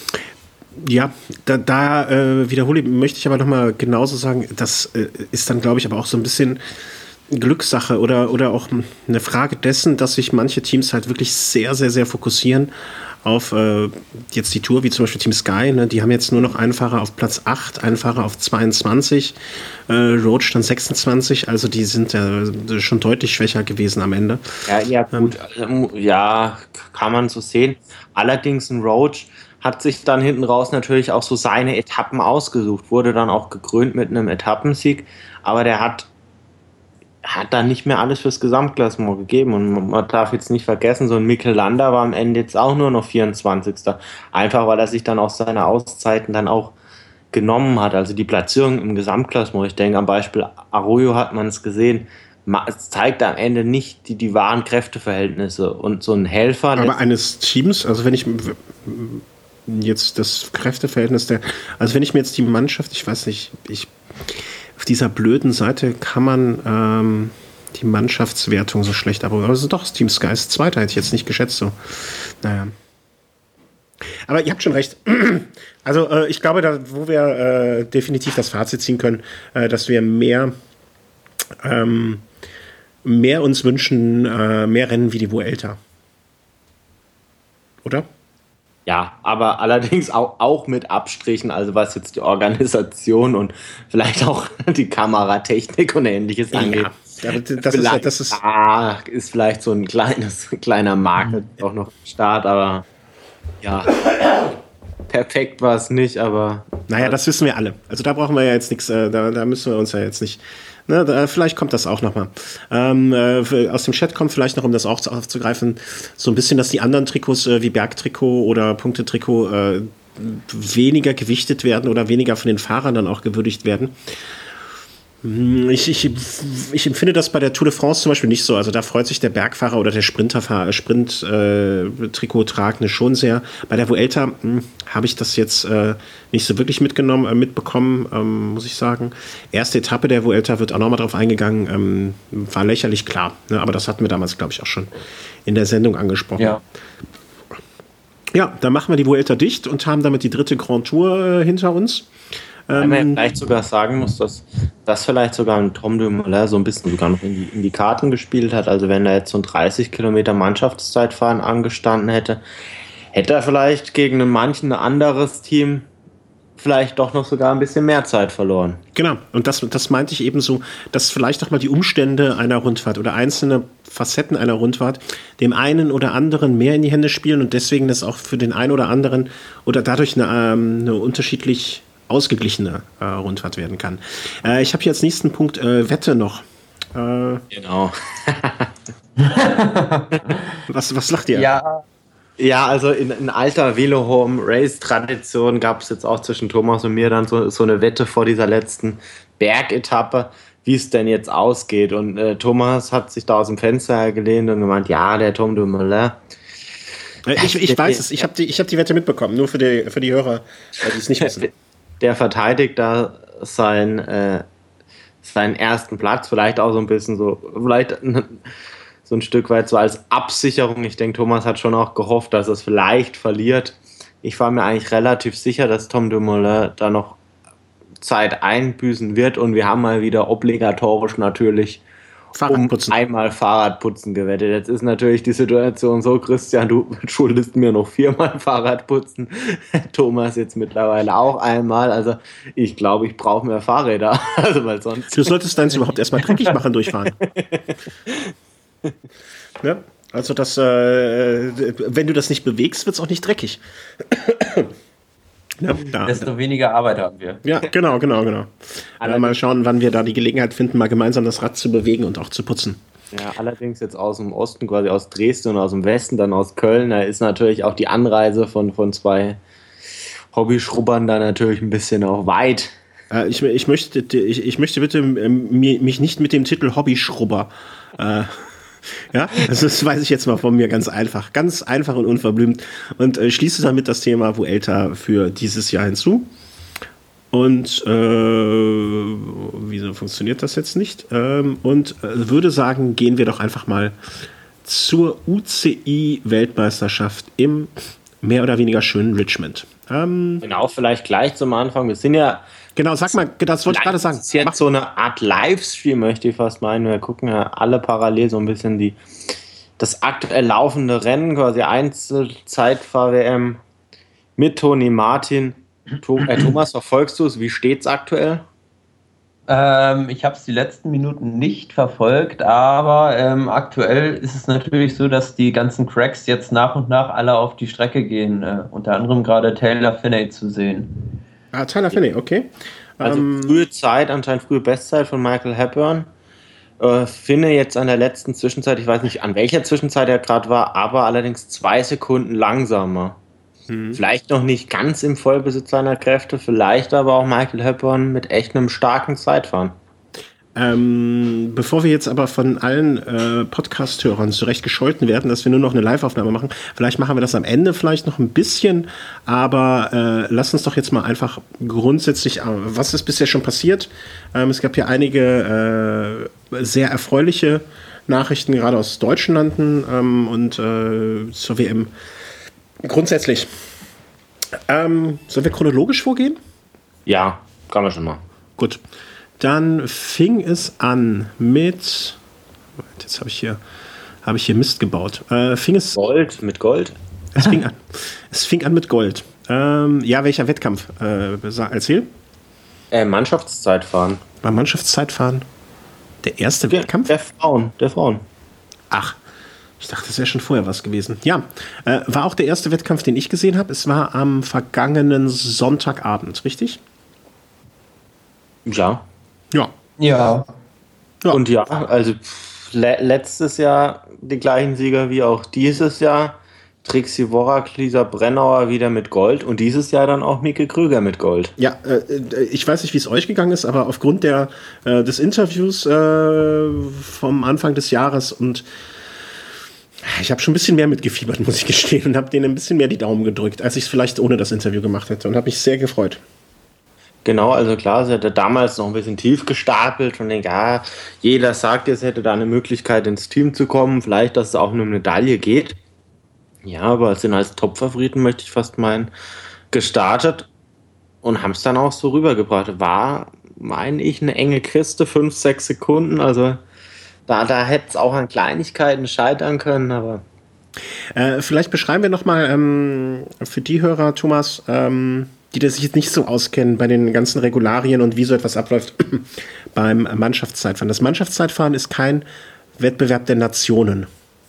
Ja, da, da äh, wiederhole ich, möchte ich aber nochmal genauso sagen, das äh, ist dann, glaube ich, aber auch so ein bisschen Glückssache oder, oder auch eine Frage dessen, dass sich manche Teams halt wirklich sehr, sehr, sehr fokussieren auf äh, jetzt die Tour, wie zum Beispiel Team Sky, ne? Die haben jetzt nur noch einen Fahrer auf Platz acht, einen Fahrer auf zweiundzwanzig, äh, Roach dann sechsundzwanzig, also die sind äh, schon deutlich schwächer gewesen am Ende. Ja, ja, gut, ähm, ja, kann man so sehen. Allerdings ein Roach hat sich dann hinten raus natürlich auch so seine Etappen ausgesucht, wurde dann auch gekrönt mit einem Etappensieg, aber der hat hat dann nicht mehr alles fürs Gesamtklassement gegeben und man darf jetzt nicht vergessen, so ein Mikel Landa war am Ende jetzt auch nur noch vierundzwanzigster Einfach weil er sich dann auch seine Auszeiten dann auch genommen hat, also die Platzierung im Gesamtklassement. Ich denke, am Beispiel Arroyo hat man es gesehen, es zeigt am Ende nicht die, die wahren Kräfteverhältnisse und so ein Helfer... Aber eines Teams, also wenn ich jetzt das Kräfteverhältnis der, also wenn ich mir jetzt die Mannschaft, ich weiß nicht, ich auf dieser blöden Seite kann man ähm, die Mannschaftswertung so schlecht abrufen. Aber es ist doch das Team Sky ist Zweiter, hätte ich jetzt nicht geschätzt. So. Naja. Aber ihr habt schon recht. Also äh, ich glaube, da, wo wir äh, definitiv das Fazit ziehen können, äh, dass wir mehr, ähm, mehr uns wünschen, äh, mehr Rennen wie die Vuelta. Oder? Ja, aber allerdings auch, auch mit Abstrichen, also was jetzt die Organisation und vielleicht auch die Kameratechnik und Ähnliches angeht. Ja, das ist, das ist, ah, ist vielleicht so ein kleines, kleiner Market mhm. auch noch im Start, aber ja, perfekt war es nicht, aber... Naja, das wissen wir alle. Also da brauchen wir ja jetzt nichts, äh, da, da müssen wir uns ja jetzt nicht... Ne, da, vielleicht kommt das auch nochmal. Ähm, äh, aus dem Chat kommt vielleicht noch, um das auch aufzugreifen, so ein bisschen, dass die anderen Trikots äh, wie Bergtrikot oder Punktetrikot äh, weniger gewichtet werden oder weniger von den Fahrern dann auch gewürdigt werden. Ich, ich, ich empfinde das bei der Tour de France zum Beispiel nicht so. Also da freut sich der Bergfahrer oder der Sprinterfahrer, Sprint-Trikot-Tragende äh, schon sehr. Bei der Vuelta habe ich das jetzt äh, nicht so wirklich mitgenommen, äh, mitbekommen, ähm, muss ich sagen. Erste Etappe der Vuelta wird auch nochmal drauf eingegangen. Ähm, war lächerlich klar. Ne? Aber das hatten wir damals, glaube ich, auch schon in der Sendung angesprochen. Ja. Ja, dann machen wir die Vuelta dicht und haben damit die dritte Grand Tour äh, hinter uns. Weil man vielleicht sogar sagen muss, dass das vielleicht sogar ein Tom Dumoulin so ein bisschen sogar noch in die, in die Karten gespielt hat. Also wenn er jetzt so ein dreißig Kilometer Mannschaftszeitfahren angestanden hätte, hätte er vielleicht gegen ein manchen anderes Team vielleicht doch noch sogar ein bisschen mehr Zeit verloren. Genau, und das, das meinte ich eben so, dass vielleicht auch mal die Umstände einer Rundfahrt oder einzelne Facetten einer Rundfahrt dem einen oder anderen mehr in die Hände spielen und deswegen das auch für den einen oder anderen oder dadurch eine, ähm, eine unterschiedlich ausgeglichene äh, Rundfahrt werden kann. Äh, ich habe hier als nächsten Punkt äh, Wette noch. Äh, genau. was, was lacht ihr? Ja, ja also in, in alter Velo-Home-Race-Tradition gab es jetzt auch zwischen Thomas und mir dann so, so eine Wette vor dieser letzten Bergetappe, wie es denn jetzt ausgeht. Und äh, Thomas hat sich da aus dem Fenster gelehnt und gemeint, ja, der Tom Dumoulin, Ich, ich weiß es, ich habe die, hab die Wette mitbekommen, nur für die, für die Hörer, die es nicht wissen. Der verteidigt da sein, äh, seinen ersten Platz, vielleicht auch so ein bisschen so, vielleicht so ein Stück weit so als Absicherung. Ich denke, Thomas hat schon auch gehofft, dass er es vielleicht verliert. Ich war mir eigentlich relativ sicher, dass Tom Dumoulin da noch Zeit einbüßen wird und wir haben mal wieder obligatorisch natürlich Fahrradputzen. Um einmal Fahrradputzen gewettet. Jetzt ist natürlich die Situation so, Christian, du schuldest mir noch viermal Fahrradputzen. Thomas jetzt mittlerweile auch einmal. Also ich glaube, ich brauche mehr Fahrräder. Also weil sonst. Du solltest deins überhaupt erstmal dreckig machen durchfahren. Ja, also das, äh, wenn du das nicht bewegst, wird es auch nicht dreckig. Ja, da, Desto da. weniger Arbeit haben wir. Ja, genau, genau, genau. Äh, mal schauen, wann wir da die Gelegenheit finden, mal gemeinsam das Rad zu bewegen und auch zu putzen. Ja, allerdings jetzt aus dem Osten, quasi aus Dresden und aus dem Westen, dann aus Köln, da ist natürlich auch die Anreise von, von zwei Hobbyschrubbern da natürlich ein bisschen auch weit. Äh, ich, ich, möchte, ich, ich möchte bitte ähm, mich nicht mit dem Titel Hobbyschrubber äh, ja, also das weiß ich jetzt mal von mir ganz einfach. Ganz einfach und unverblümt. Und äh, schließe damit das Thema Vuelta für dieses Jahr hinzu. Und äh, wieso funktioniert das jetzt nicht? Ähm, und äh, würde sagen, gehen wir doch einfach mal zur U C I-Weltmeisterschaft im mehr oder weniger schönen Richmond. Ähm, genau, vielleicht gleich zum Anfang. Wir sind ja Genau, sag mal, das wollte ich gerade sagen. Das ist jetzt Mach. so eine Art Livestream, möchte ich fast meinen. Wir gucken ja alle parallel so ein bisschen die, das aktuell laufende Rennen, quasi Einzelzeitfahr-W M mit Toni Martin. To- äh, Thomas, verfolgst du es? Wie steht's aktuell? Ähm, ich habe es die letzten Minuten nicht verfolgt, aber ähm, aktuell ist es natürlich so, dass die ganzen Cracks jetzt nach und nach alle auf die Strecke gehen. Äh, unter anderem gerade Taylor Finney zu sehen. Ah, Taylor Finney, okay. Also ähm, frühe Zeit, anscheinend frühe Bestzeit von Michael Hepburn. Äh, Finney jetzt an der letzten Zwischenzeit, ich weiß nicht, an welcher Zwischenzeit er gerade war, aber allerdings zwei Sekunden langsamer. Mhm. Vielleicht noch nicht ganz im Vollbesitz seiner Kräfte, vielleicht aber auch Michael Hepburn mit echt einem starken Zeitfahren. Ähm, bevor wir jetzt aber von allen äh, Podcast-Hörern zurecht gescholten werden, dass wir nur noch eine Live-Aufnahme machen, vielleicht machen wir das am Ende vielleicht noch ein bisschen, aber äh, lass uns doch jetzt mal einfach grundsätzlich, äh, was ist bisher schon passiert? Ähm, es gab hier einige äh, sehr erfreuliche Nachrichten, gerade aus deutschen Landen ähm, und äh, zur W M. Grundsätzlich, ähm, sollen wir chronologisch vorgehen? Ja, kann man schon mal. Gut. Dann fing es an mit, jetzt habe ich hier, habe ich hier Mist gebaut. Äh, fing es Gold mit Gold. Es fing an. Es fing an mit Gold. Ähm, ja, welcher Wettkampf? Äh, erzähl. Äh, Mannschaftszeitfahren. War Mannschaftszeitfahren der erste der, Wettkampf? Der Frauen, der Frauen. Ach, ich dachte, das wäre schon vorher was gewesen. Ja, äh, war auch der erste Wettkampf, den ich gesehen habe. Es war am vergangenen Sonntagabend, richtig? Ja. Ja. Ja. Ja. Und ja, also le- letztes Jahr die gleichen Sieger wie auch dieses Jahr. Trixie Worak, Lisa Brennauer wieder mit Gold und dieses Jahr dann auch Mieke Krüger mit Gold. Ja, äh, ich weiß nicht, wie es euch gegangen ist, aber aufgrund der, äh, des Interviews äh, vom Anfang des Jahres und ich habe schon ein bisschen mehr mitgefiebert, muss ich gestehen, und habe denen ein bisschen mehr die Daumen gedrückt, als ich es vielleicht ohne das Interview gemacht hätte und habe mich sehr gefreut. Genau, also klar, sie hatte damals noch ein bisschen tief gestapelt und denkt, ja, jeder sagt, es hätte da eine Möglichkeit ins Team zu kommen, vielleicht, dass es auch um eine Medaille geht. Ja, aber sind als Top-Favoriten, möchte ich fast meinen, gestartet und haben es dann auch so rübergebracht. War, meine ich, eine enge Kiste, fünf, sechs Sekunden, also da, da hätte es auch an Kleinigkeiten scheitern können, aber... Äh, vielleicht beschreiben wir nochmal ähm, für die Hörer, Thomas, ähm, die das sich jetzt nicht so auskennen bei den ganzen Regularien und wie so etwas abläuft beim Mannschaftszeitfahren. Das Mannschaftszeitfahren ist kein Wettbewerb der Nationen.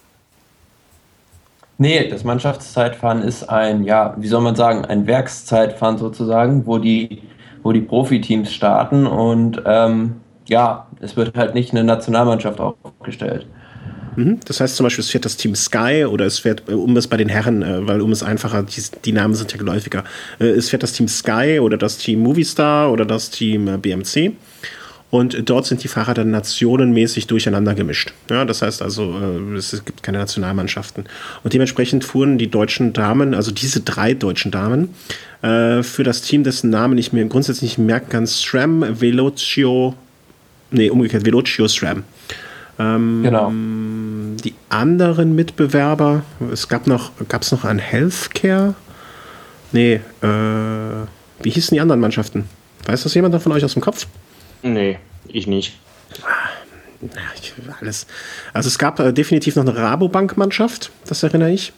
Nee, das Mannschaftszeitfahren ist ein, ja, wie soll man sagen, ein Werkszeitfahren sozusagen, wo die, wo die Profiteams starten und ähm, ja, es wird halt nicht eine Nationalmannschaft aufgestellt. Das heißt zum Beispiel, es fährt das Team Sky oder es fährt, um es bei den Herren, weil um es einfacher, die, die Namen sind ja geläufiger, es fährt das Team Sky oder das Team Movistar oder das Team B M C. Und dort sind die Fahrer dann nationenmäßig durcheinander gemischt. Ja, das heißt also, es gibt keine Nationalmannschaften. Und dementsprechend fuhren die deutschen Damen, also diese drei deutschen Damen, für das Team, dessen Namen ich mir grundsätzlich nicht merken kann, SRAM, Velocio, nee, umgekehrt, Velocio SRAM. Ähm, genau. Die anderen Mitbewerber, es gab noch, gab es noch ein Healthcare? Nee, äh, wie hießen die anderen Mannschaften? Weiß das jemand von euch aus dem Kopf? Nee, ich nicht. Ja, ich, alles. Also es gab äh, definitiv noch eine Rabobank-Mannschaft, das erinnere ich.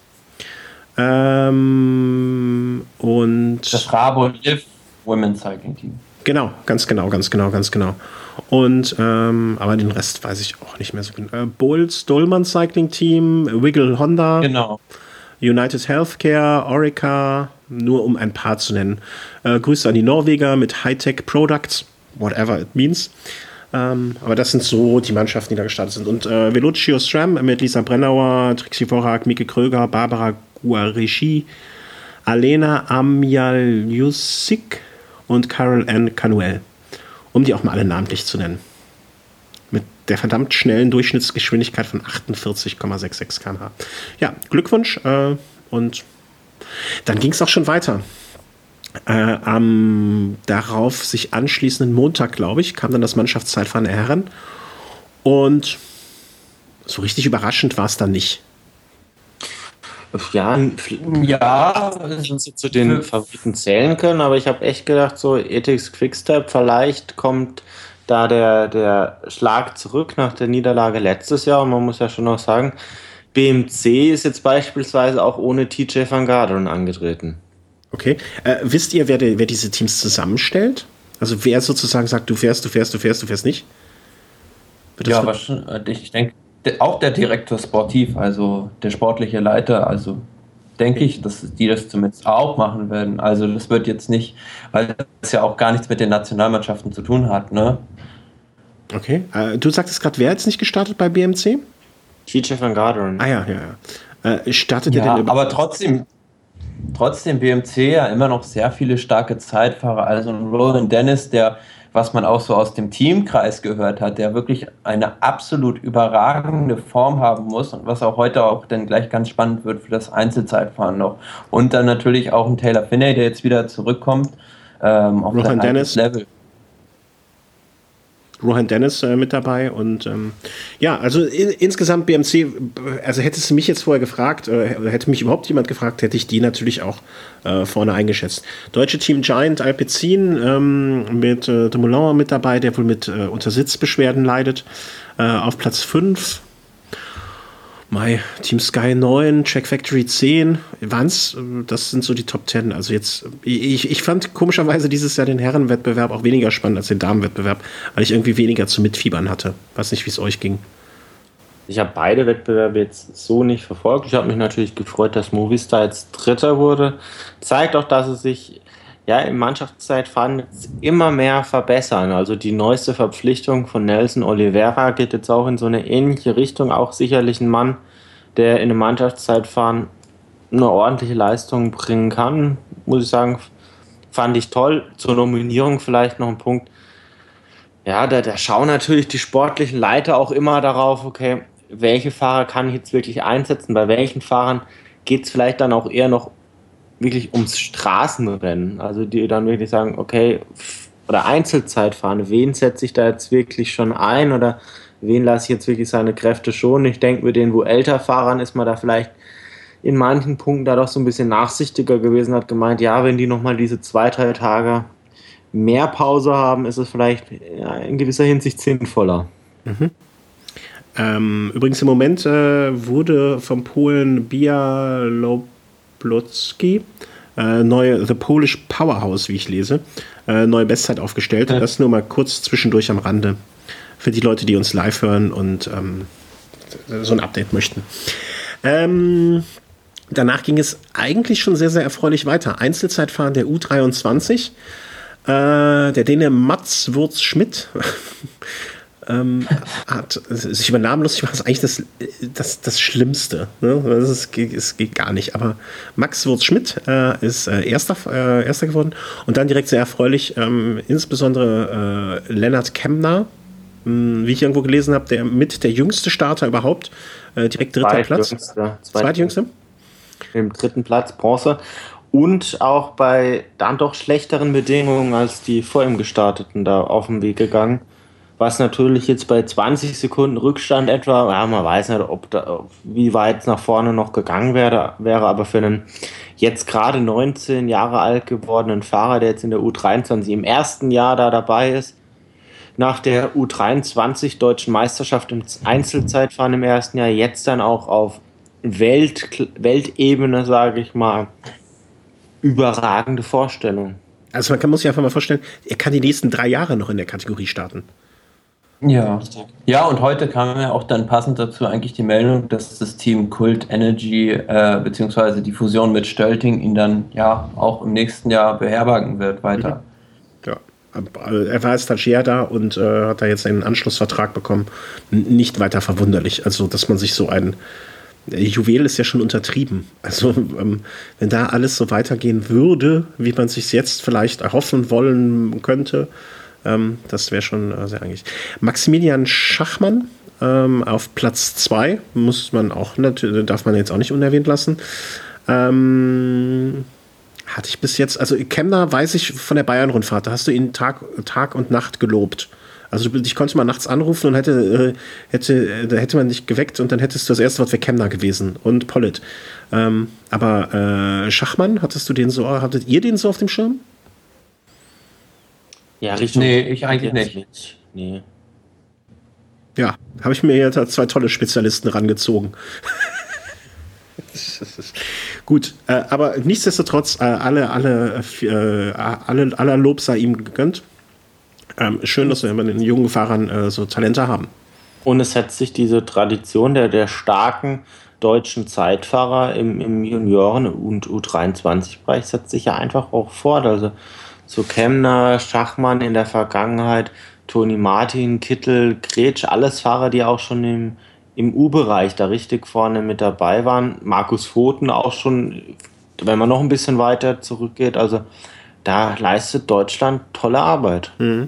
Ähm, und das Rabo Liv Women's Cycling Team. Genau, ganz genau, ganz genau, ganz genau. Und ähm, aber den Rest weiß ich auch nicht mehr so genau. Äh, Bolz, Dolman Cycling Team, Wiggle Honda, genau. United Healthcare, Orica, nur um ein paar zu nennen. Äh, Grüße an die Norweger mit Hightech Products, whatever it means. Ähm, aber das sind so die Mannschaften, die da gestartet sind. Und äh, Velocio SRAM mit Lisa Brennauer, Trixie Vorhag, Mieke Kröger, Barbara Guareschi, Alena Amjaljusik und Carol Ann Canuel, um die auch mal alle namentlich zu nennen. Mit der verdammt schnellen Durchschnittsgeschwindigkeit von achtundvierzig Komma sechsundsechzig Kilometer pro Stunde. Ja, Glückwunsch. Äh, und dann ging es auch schon weiter. Äh, am darauf sich anschließenden Montag, glaube ich, kam dann das Mannschaftszeitfahren der Herren. Und so richtig überraschend war es dann nicht. Ja, ja, sie zu den Favoriten zählen können, aber ich habe echt gedacht, so Ethics Quickstep, vielleicht kommt da der, der Schlag zurück nach der Niederlage letztes Jahr. Und man muss ja schon noch sagen, B M C ist jetzt beispielsweise auch ohne T J van Garderen angetreten. Okay. Äh, wisst ihr, wer, der, wer diese Teams zusammenstellt? Also wer sozusagen sagt, du fährst, du fährst, du fährst, du fährst nicht? Ja, wahrscheinlich, ich denke, auch der Direktor Sportiv, also der sportliche Leiter, also denke ich, dass die das zumindest auch machen werden. Also das wird jetzt nicht, weil das ja auch gar nichts mit den Nationalmannschaften zu tun hat, ne? Okay. Äh, du sagtest gerade, wer jetzt nicht gestartet bei B M C? T J van Garderen. Ah ja, ja, ja. Äh, startet ja, der denn aber trotzdem, trotzdem B M C ja immer noch sehr viele starke Zeitfahrer. Also ein Roland Dennis, der, was man auch so aus dem Teamkreis gehört hat, der wirklich eine absolut überragende Form haben muss und was auch heute auch dann gleich ganz spannend wird für das Einzelzeitfahren noch. Und dann natürlich auch ein Taylor Finney, der jetzt wieder zurückkommt ähm, auf Rohan Dennis. Level. Rohan Dennis äh, mit dabei und ähm, ja, also in, insgesamt B M C, also hättest du mich jetzt vorher gefragt, äh, hätte mich überhaupt jemand gefragt, hätte ich die natürlich auch äh, vorne eingeschätzt. Deutsche Team Giant Alpecin ähm, mit äh, de Moulin mit dabei, der wohl mit äh, Untersitzbeschwerden leidet, äh, auf Platz fünf. Mai, Team Sky neun, Track Factory zehn, waren's, das sind so die Top zehn. Also jetzt, ich, ich fand komischerweise dieses Jahr den Herrenwettbewerb auch weniger spannend als den Damenwettbewerb, weil ich irgendwie weniger zu mitfiebern hatte. Weiß nicht, wie es euch ging. Ich habe beide Wettbewerbe jetzt so nicht verfolgt. Ich habe mich natürlich gefreut, dass Movistar jetzt Dritter wurde. Zeigt auch, dass es sich ja im Mannschaftszeitfahren jetzt immer mehr verbessern. Also die neueste Verpflichtung von Nelson Oliveira geht jetzt auch in so eine ähnliche Richtung. Auch sicherlich ein Mann, der in einem Mannschaftszeitfahren eine ordentliche Leistung bringen kann. Muss ich sagen, fand ich toll. Zur Nominierung vielleicht noch ein Punkt. Ja, da, da schauen natürlich die sportlichen Leiter auch immer darauf, okay, welche Fahrer kann ich jetzt wirklich einsetzen? Bei welchen Fahrern geht es vielleicht dann auch eher noch wirklich ums Straßenrennen, also die dann wirklich sagen, okay, oder Einzelzeitfahren, wen setze ich da jetzt wirklich schon ein oder wen lasse ich jetzt wirklich seine Kräfte schonen? Ich denke, mit den Vuelta-Fahrern ist man da vielleicht in manchen Punkten da doch so ein bisschen nachsichtiger gewesen, hat gemeint, ja, wenn die nochmal diese zwei, drei Tage mehr Pause haben, ist es vielleicht ja, in gewisser Hinsicht sinnvoller. Mhm. Ähm, übrigens im Moment äh, wurde vom Polen Bialobowski Äh, neue The Polish Powerhouse, wie ich lese, äh, neue Bestzeit aufgestellt. Ja. Das nur mal kurz zwischendurch am Rande für die Leute, die uns live hören und ähm, so ein Update möchten. Ähm, danach ging es eigentlich schon sehr, sehr erfreulich weiter. Einzelzeitfahren der U dreiundzwanzig. Äh, der Däne Mats Wurz Schmidt ähm, hat sich über Namen lustig gemacht, ist eigentlich das, das, das Schlimmste. Ne? Das ist, es geht gar nicht. Aber Max Wurz-Schmidt äh, ist äh, Erster, äh, Erster geworden. Und dann direkt sehr erfreulich, ähm, insbesondere äh, Lennart Kemner, mh, wie ich irgendwo gelesen habe, der mit der jüngste Starter überhaupt, äh, direkt dritter Platz. Zweitjüngste. Im dritten Platz, Bronze. Und auch bei dann doch schlechteren Bedingungen als die vor ihm gestarteten da auf den Weg gegangen. Was natürlich jetzt bei zwanzig Sekunden Rückstand etwa, ja, man weiß nicht, ob da, wie weit nach vorne noch gegangen wäre, wäre, aber für einen jetzt gerade neunzehn Jahre alt gewordenen Fahrer, der jetzt in der U dreiundzwanzig im ersten Jahr da dabei ist, nach der U dreiundzwanzig Deutschen Meisterschaft im Einzelzeitfahren im ersten Jahr, jetzt dann auch auf Welt, Weltebene, sage ich mal, überragende Vorstellung. Also man kann, muss sich einfach mal vorstellen, er kann die nächsten drei Jahre noch in der Kategorie starten. Ja. Ja, und heute kam ja auch dann passend dazu eigentlich die Meldung, dass das Team Cult Energy äh, beziehungsweise die Fusion mit Stölting ihn dann ja auch im nächsten Jahr beherbergen wird weiter. Ja, er war als Stagiaire da und äh, hat da jetzt einen Anschlussvertrag bekommen. Nicht weiter verwunderlich. Also, dass man sich so ein Juwel ist ja schon untertrieben. Also, ähm, wenn da alles so weitergehen würde, wie man sich jetzt vielleicht erhoffen wollen könnte, ähm, das wäre schon äh, sehr eigentlich. Maximilian Schachmann ähm, auf Platz zwei, muss man auch, darf man jetzt auch nicht unerwähnt lassen. Ähm, hatte ich bis jetzt, also Kemner weiß ich von der Bayern-Rundfahrt, da hast du ihn Tag, Tag und Nacht gelobt. Also ich konnte mal nachts anrufen und hätte, hätte, da hätte man dich geweckt und dann hättest du das erste Wort für Kemner gewesen und Pollitt. Ähm, aber äh, Schachmann, hattest du den so, hattet ihr den so auf dem Schirm? Ja, Richtung. Nee, ich eigentlich nicht. nicht. Nee. Ja, habe ich mir jetzt zwei tolle Spezialisten rangezogen. Gut, äh, aber nichtsdestotrotz, äh, alle, alle, äh, alle, aller Lob sei ihm gegönnt. Ähm, schön, dass wir bei den jungen Fahrern äh, so Talente haben. Und es setzt sich diese Tradition der, der starken deutschen Zeitfahrer im, im Junioren- und U dreiundzwanzig-Bereich setzt sich ja einfach auch fort. Also so Kemner, Schachmann in der Vergangenheit, Toni Martin, Kittel, Gretsch, alles Fahrer, die auch schon im, im U-Bereich da richtig vorne mit dabei waren. Markus Voten auch schon, wenn man noch ein bisschen weiter zurückgeht, also da leistet Deutschland tolle Arbeit. Mhm.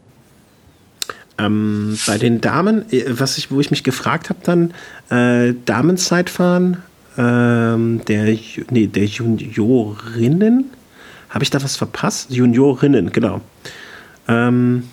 Ähm, bei den Damen, was ich, wo ich mich gefragt habe dann, äh, Damenzeitfahren ähm, der, nee, der Juniorinnen, habe ich da was verpasst? Juniorinnen, genau. Ähm,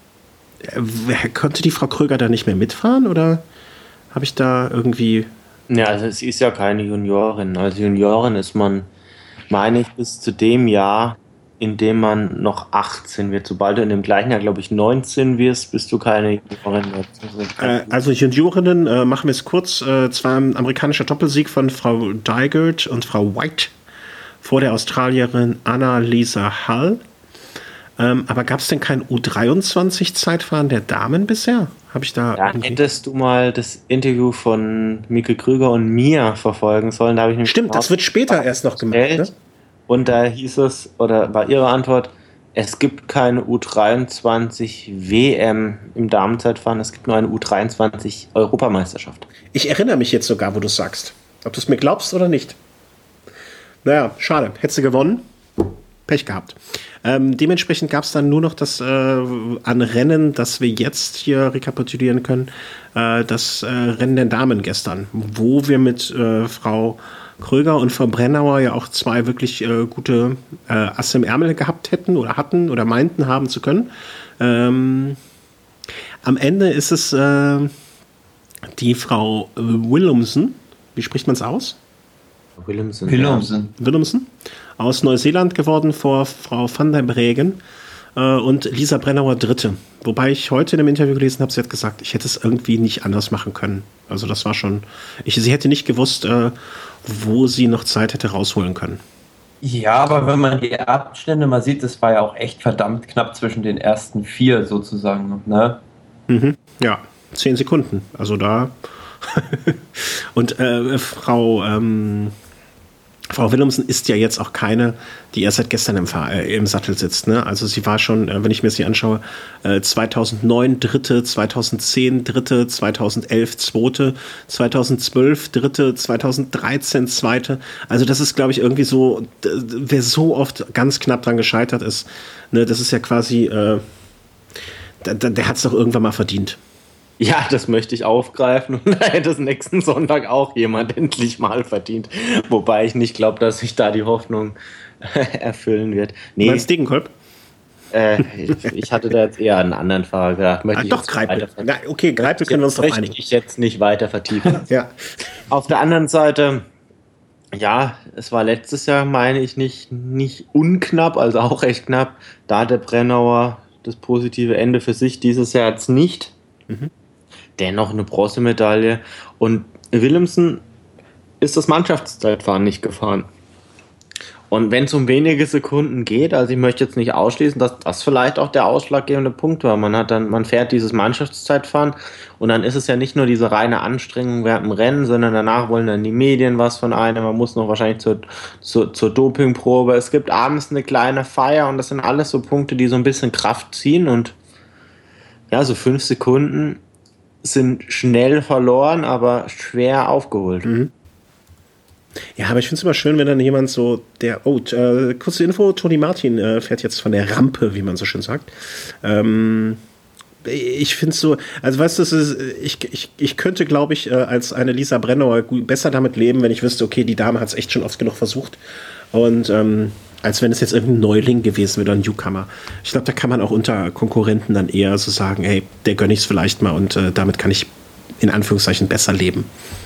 äh, konnte die Frau Kröger da nicht mehr mitfahren oder habe ich da irgendwie... Ja, also es ist ja keine Juniorin. Als Juniorin ist man, meine ich, bis zu dem Jahr, in dem man noch achtzehn wird. Sobald du in dem gleichen Jahr, glaube ich, neunzehn wirst, bist du keine Juniorin mehr. Äh, also Juniorinnen, äh, machen wir es kurz. Äh, zwar ein amerikanischer Doppelsieg von Frau Dygert und Frau White vor der Australierin Anna-Lisa Hall. Ähm, aber gab es denn kein U dreiundzwanzig-Zeitfahren der Damen bisher? Habe ich da... Ja, hättest du mal das Interview von Mieke Krüger und mir verfolgen sollen. Da habe ich nämlich Stimmt, das wird später erst noch gemacht, ne? Und da hieß es, oder war ihre Antwort, es gibt keine U dreiundzwanzig W M im Damenzeitfahren, es gibt nur eine U dreiundzwanzig Europameisterschaft. Ich erinnere mich jetzt sogar, wo du es sagst. Ob du es mir glaubst oder nicht. Naja, schade. Hättest du gewonnen? Pech gehabt. Ähm, dementsprechend gab es dann nur noch das äh, an Rennen, das wir jetzt hier rekapitulieren können, äh, das äh, Rennen der Damen gestern, wo wir mit äh, Frau Kröger und Frau Brennauer ja auch zwei wirklich äh, gute äh, Asse im Ärmel gehabt hätten oder hatten oder meinten haben zu können. Ähm, am Ende ist es äh, die Frau Willemsen, wie spricht man es aus? Willemsen. Willemsen. Willemsen aus Neuseeland geworden vor Frau van der Breggen äh, und Lisa Brennauer Dritte. Wobei ich heute in einem Interview gelesen habe, sie hat gesagt, ich hätte es irgendwie nicht anders machen können. Also das war schon, ich, sie hätte nicht gewusst, äh, wo sie noch Zeit hätte rausholen können. Ja, aber wenn man die Abstände mal sieht, das war ja auch echt verdammt knapp zwischen den ersten vier sozusagen, ne? Mhm, ja, zehn Sekunden. Also da. Und äh, Frau ähm, Frau Willemsen ist ja jetzt auch keine, die erst seit gestern im, Fahr äh, im Sattel sitzt. Ne? Also sie war schon, äh, wenn ich mir sie anschaue, äh, zweitausendneun Dritte, zweitausendzehn Dritte, zweitausendelf Zweite, zweitausendzwölf Dritte, zweitausenddreizehn Zweite. Also das ist, glaube ich, irgendwie so, wer so oft ganz knapp dran gescheitert ist, ne, das ist ja quasi, äh, der, der hat es doch irgendwann mal verdient. Ja, das möchte ich aufgreifen und da hätte es nächsten Sonntag auch jemand endlich mal verdient. Wobei ich nicht glaube, dass sich da die Hoffnung erfüllen wird. Nee, Meinst du Degenkolb? Äh, ich, ich hatte da jetzt eher einen anderen Fahrer gedacht. Ah, doch, Greipel. Na, okay, Greipel können wir uns doch einigen. Möchte ich jetzt nicht weiter vertiefen. Ja. Auf der anderen Seite, ja, es war letztes Jahr, meine ich, nicht, nicht unknapp, also auch recht knapp. Da hat der Brennauer das positive Ende für sich, dieses Jahr jetzt nicht. Mhm. Dennoch eine Bronzemedaille. Und Willemsen ist das Mannschaftszeitfahren nicht gefahren. Und wenn es um wenige Sekunden geht, also ich möchte jetzt nicht ausschließen, dass das vielleicht auch der ausschlaggebende Punkt war. Man hat dann, man fährt dieses Mannschaftszeitfahren und dann ist es ja nicht nur diese reine Anstrengung während dem Rennen, sondern danach wollen dann die Medien was von einem. Man muss noch wahrscheinlich zur, zur, zur Dopingprobe. Es gibt abends eine kleine Feier und das sind alles so Punkte, die so ein bisschen Kraft ziehen und ja, so fünf Sekunden sind schnell verloren, aber schwer aufgeholt. Mhm. Ja, aber ich finde es immer schön, wenn dann jemand so, der, oh, äh, kurze Info, Toni Martin äh, fährt jetzt von der Rampe, wie man so schön sagt. Ähm, ich finde es so, also weißt du, ist, ich, ich, ich könnte, glaube ich, äh, als eine Lisa Brennauer besser damit leben, wenn ich wüsste, okay, die Dame hat es echt schon oft genug versucht. Und ähm, als wenn es jetzt irgendein Neuling gewesen wäre, ein Newcomer. Ich glaube, da kann man auch unter Konkurrenten dann eher so sagen, hey, der gönne ich es vielleicht mal und äh, damit kann ich in Anführungszeichen besser leben.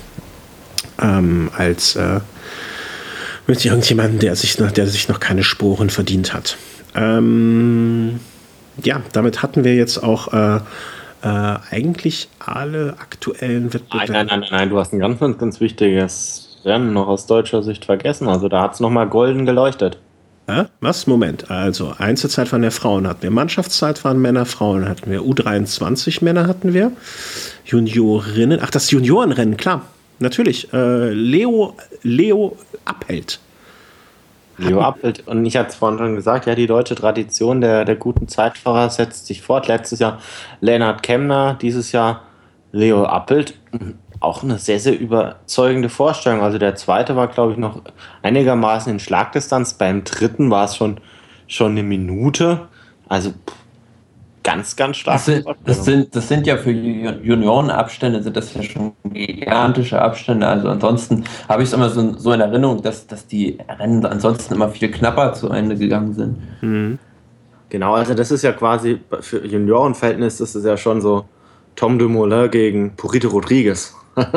Ähm, als äh, mit irgendjemandem, der sich noch, der sich noch keine Sporen verdient hat. Ähm, ja, damit hatten wir jetzt auch äh, äh, eigentlich alle aktuellen Wettbewerbe. Nein, nein, nein, nein, du hast ein ganz, ganz, ganz wichtiges Rennen noch aus deutscher Sicht vergessen. Also da hat es nochmal golden geleuchtet. Äh, was? Moment. Also Einzelzeitfahren der Frauen hatten wir, Mannschaftszeitfahren Männer, Frauen hatten wir, U dreiundzwanzig Männer hatten wir, Juniorinnen, ach das Juniorenrennen, klar, natürlich, äh, Leo, Leo Appelt. Leo Appelt, und ich hatte es vorhin schon gesagt, ja, die deutsche Tradition der, der guten Zeitfahrer setzt sich fort. Letztes Jahr Lennart Kemner, dieses Jahr Leo Appelt. Auch eine sehr, sehr überzeugende Vorstellung. Also der zweite war, glaube ich, noch einigermaßen in Schlagdistanz. Beim dritten war es schon, schon eine Minute. Also ganz, ganz stark. Das sind, das sind, das sind ja für Juniorenabstände sind das ja schon gigantische Abstände. Also ansonsten habe ich es immer so, so in Erinnerung, dass, dass die Rennen ansonsten immer viel knapper zu Ende gegangen sind. Mhm. Genau, also das ist ja quasi für Juniorenverhältnis, das ist ja schon so Tom Dumoulin gegen Purito Rodriguez.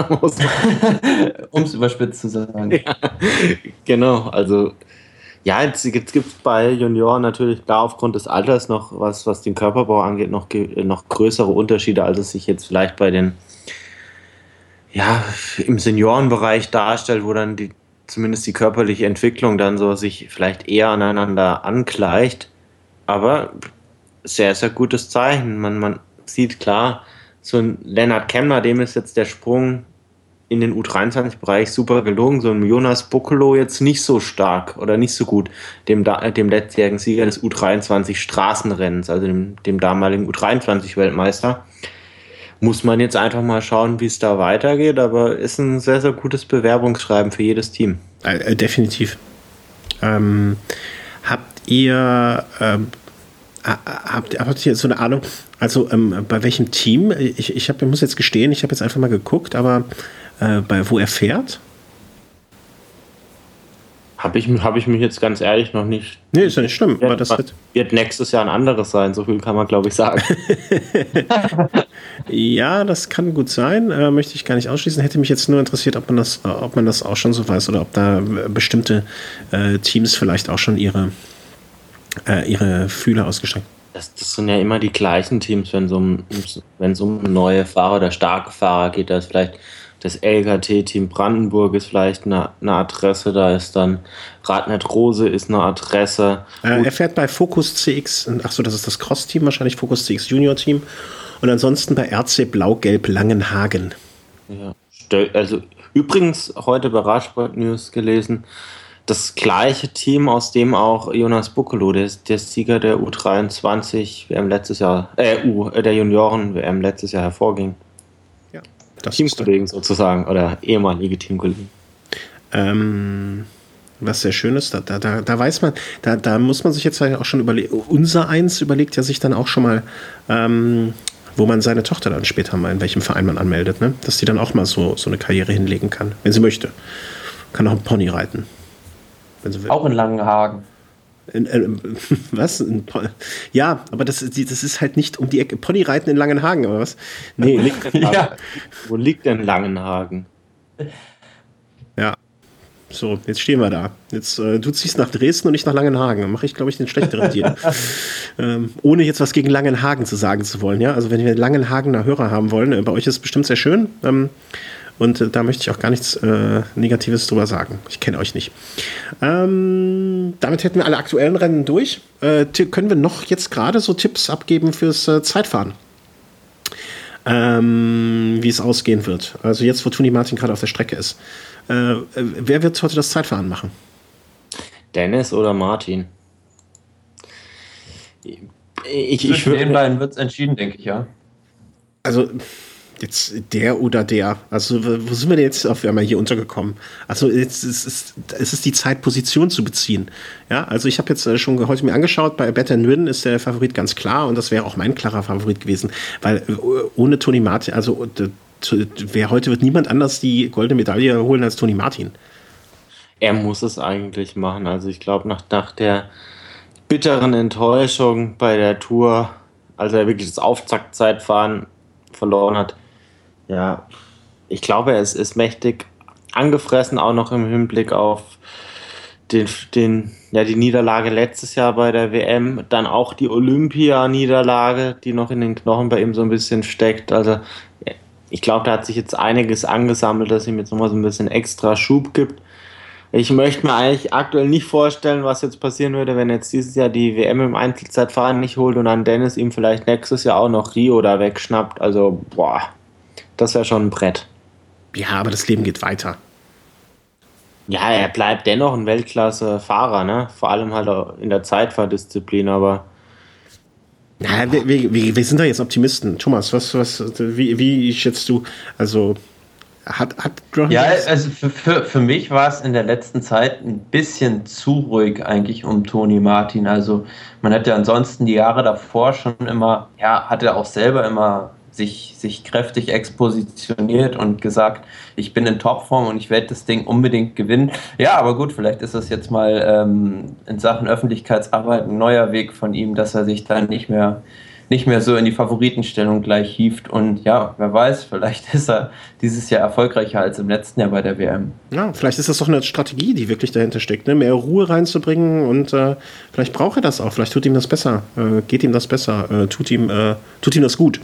Um es überspitzt zu sagen. Ja, genau, also ja, jetzt gibt es bei Junioren natürlich klar aufgrund des Alters noch, was, was den Körperbau angeht, noch, noch größere Unterschiede, als es sich jetzt vielleicht bei den, ja, im Seniorenbereich darstellt, wo dann die, zumindest die körperliche Entwicklung dann so sich vielleicht eher aneinander angleicht. Aber sehr, sehr gutes Zeichen. Man, man sieht klar, so ein Lennart Kemner, dem ist jetzt der Sprung in den U dreiundzwanzig-Bereich super gelungen. So ein Jonas Boccolo jetzt nicht so stark oder nicht so gut. Dem, dem letztjährigen Sieger des U dreiundzwanzig Straßenrennens, also dem, dem damaligen U dreiundzwanzig Weltmeister. Muss man jetzt einfach mal schauen, wie es da weitergeht. Aber ist ein sehr, sehr gutes Bewerbungsschreiben für jedes Team. Äh, definitiv. Ähm, habt ihr... Ähm Habt, habt ihr so eine Ahnung, also ähm, bei welchem Team? Ich, ich, hab, ich muss jetzt gestehen, ich habe jetzt einfach mal geguckt, aber äh, bei wo er fährt? Habe ich, hab ich mich jetzt ganz ehrlich noch nicht... Nee, ist ja nicht schlimm. Aber das wird, wird nächstes Jahr ein anderes sein, so viel kann man, glaube ich, sagen. Ja, das kann gut sein, äh, möchte ich gar nicht ausschließen. Hätte mich jetzt nur interessiert, ob man das, ob man das auch schon so weiß oder ob da bestimmte äh, Teams vielleicht auch schon ihre... ihre Fühler ausgestreckt. Das, das sind ja immer die gleichen Teams, wenn es um, um neue Fahrer oder starke Fahrer geht. Da ist vielleicht das L K T-Team Brandenburg ist vielleicht eine, eine Adresse, da ist dann Radnet Rose ist eine Adresse. Äh, er fährt bei Focus C X, achso, das ist das Cross-Team, wahrscheinlich Focus C X Junior-Team. Und ansonsten bei R C Blau-Gelb Langenhagen. Ja, also übrigens heute bei Radsport News gelesen, das gleiche Team, aus dem auch Jonas Buccolo, der, der Sieger der U dreiundzwanzig W M letztes Jahr, äh, U, der Junioren-W M letztes Jahr hervorging. Ja, das Teamkollegen sozusagen oder ehemalige Teamkollegen. Ähm, was sehr schön ist, da, da, da weiß man, da, da muss man sich jetzt auch schon überlegen, unser Eins überlegt ja sich dann auch schon mal, ähm, wo man seine Tochter dann später mal, in welchem Verein man anmeldet, ne? Dass die dann auch mal so, so eine Karriere hinlegen kann, wenn sie möchte. Kann auch einen Pony reiten. Wenn sie will. Auch in Langenhagen. In, äh, was? In, ja, aber das, das ist halt nicht um die Ecke. Ponyreiten in Langenhagen, oder was? Nee. Wo liegt denn, ja. Wo liegt denn Langenhagen? Ja. So, jetzt stehen wir da. Jetzt, äh, du ziehst nach Dresden und nicht nach Langenhagen. Dann mache ich, glaube ich, den schlechteren Deal. ähm, ohne jetzt was gegen Langenhagen zu sagen zu wollen. Ja? Also wenn wir Langenhagener Hörer haben wollen, äh, bei euch ist es bestimmt sehr schön. Ähm, Und äh, da möchte ich auch gar nichts äh, Negatives drüber sagen. Ich kenne euch nicht. Ähm, damit hätten wir alle aktuellen Rennen durch. Äh, t- können wir noch jetzt gerade so Tipps abgeben fürs äh, Zeitfahren? Ähm, wie es ausgehen wird. Also jetzt, wo Toni Martin gerade auf der Strecke ist. Äh, äh, wer wird heute das Zeitfahren machen? Dennis oder Martin? Ich, ich Zwischen den beiden wird es entschieden, denke ich, ja. Also jetzt der oder der. Also wo sind wir denn jetzt auf einmal hier untergekommen? Also jetzt ist es, es ist die Zeit, Position zu beziehen. Ja, also ich habe jetzt schon heute mir angeschaut, bei Bet and Win ist der Favorit ganz klar und das wäre auch mein klarer Favorit gewesen, weil ohne Toni Martin, also wer heute wird niemand anders die goldene Medaille holen als Toni Martin. Er muss es eigentlich machen. Also ich glaube, nach, nach der bitteren Enttäuschung bei der Tour, als er wirklich das Auftaktzeitfahren verloren hat, ja, ich glaube, er ist, ist mächtig angefressen, auch noch im Hinblick auf den, den, ja, die Niederlage letztes Jahr bei der W M, dann auch die Olympia-Niederlage, die noch in den Knochen bei ihm so ein bisschen steckt. Also ich glaube, da hat sich jetzt einiges angesammelt, dass ihm jetzt nochmal so ein bisschen extra Schub gibt. Ich möchte mir eigentlich aktuell nicht vorstellen, was jetzt passieren würde, wenn jetzt dieses Jahr die W M im Einzelzeitfahren nicht holt und dann Dennis ihm vielleicht nächstes Jahr auch noch Rio da wegschnappt. Also, boah, das wäre schon ein Brett. Ja, aber das Leben geht weiter. Ja, er bleibt dennoch ein Weltklasse-Fahrer, ne? Vor allem halt auch in der Zeitfahrdisziplin, aber... Na, wir, wir, wir sind da jetzt Optimisten. Thomas, was, was, wie, wie schätzt du, also... Hat, hat ja, also für, für, für mich war es in der letzten Zeit ein bisschen zu ruhig eigentlich um Toni Martin. Also man hat ja ansonsten die Jahre davor schon immer, ja, hat er auch selber immer sich, sich kräftig expositioniert und gesagt, ich bin in Topform und ich werde das Ding unbedingt gewinnen. Ja, aber gut, vielleicht ist das jetzt mal ähm, in Sachen Öffentlichkeitsarbeit ein neuer Weg von ihm, dass er sich dann nicht mehr nicht mehr so in die Favoritenstellung gleich hieft und ja, wer weiß, vielleicht ist er dieses Jahr erfolgreicher als im letzten Jahr bei der W M. Ja, vielleicht ist das doch eine Strategie, die wirklich dahinter steckt, ne? Mehr Ruhe reinzubringen und äh, vielleicht braucht er das auch, vielleicht tut ihm das besser, äh, geht ihm das besser, äh, tut ihm äh, tut ihm das gut.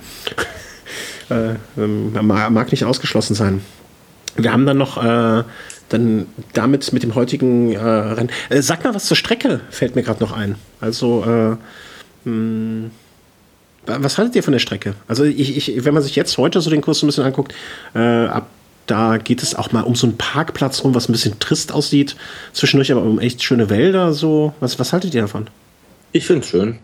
äh, ähm, mag nicht ausgeschlossen sein. Wir haben dann noch äh, dann damit mit dem heutigen äh, Rennen. Äh, sag mal was zur Strecke, fällt mir gerade noch ein. Also äh, mh, was haltet ihr von der Strecke? Also ich, ich, wenn man sich jetzt heute so den Kurs so ein bisschen anguckt, äh, ab da geht es auch mal um so einen Parkplatz rum, was ein bisschen trist aussieht. Zwischendurch aber um echt schöne Wälder. So. Was, was haltet ihr davon? Ich finde es schön.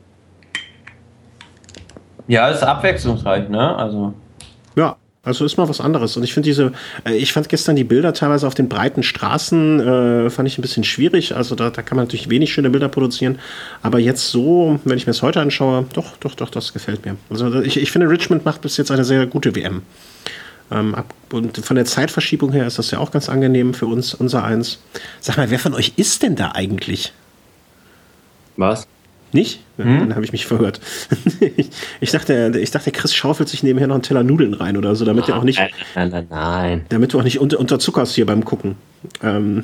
Ja, es ist abwechslungsreich, ne? Also. Ja, also ist mal was anderes. Und ich finde diese, äh, ich fand gestern die Bilder teilweise auf den breiten Straßen, äh, fand ich ein bisschen schwierig. Also da, da kann man natürlich wenig schöne Bilder produzieren. Aber jetzt so, wenn ich mir das heute anschaue, doch, doch, doch, das gefällt mir. Also ich, ich finde, Richmond macht bis jetzt eine sehr gute W M. Ähm, ab, und von der Zeitverschiebung her ist das ja auch ganz angenehm für uns, unser Eins. Sag mal, wer von euch ist denn da eigentlich? Was? Nicht? Hm? Dann habe ich mich verhört. ich, ich, dachte, ich dachte, Chris schaufelt sich nebenher noch einen Teller Nudeln rein oder so, damit er auch nicht. Nein, nein, nein. Damit du auch nicht unter, unterzuckerst hier beim Gucken. Ähm,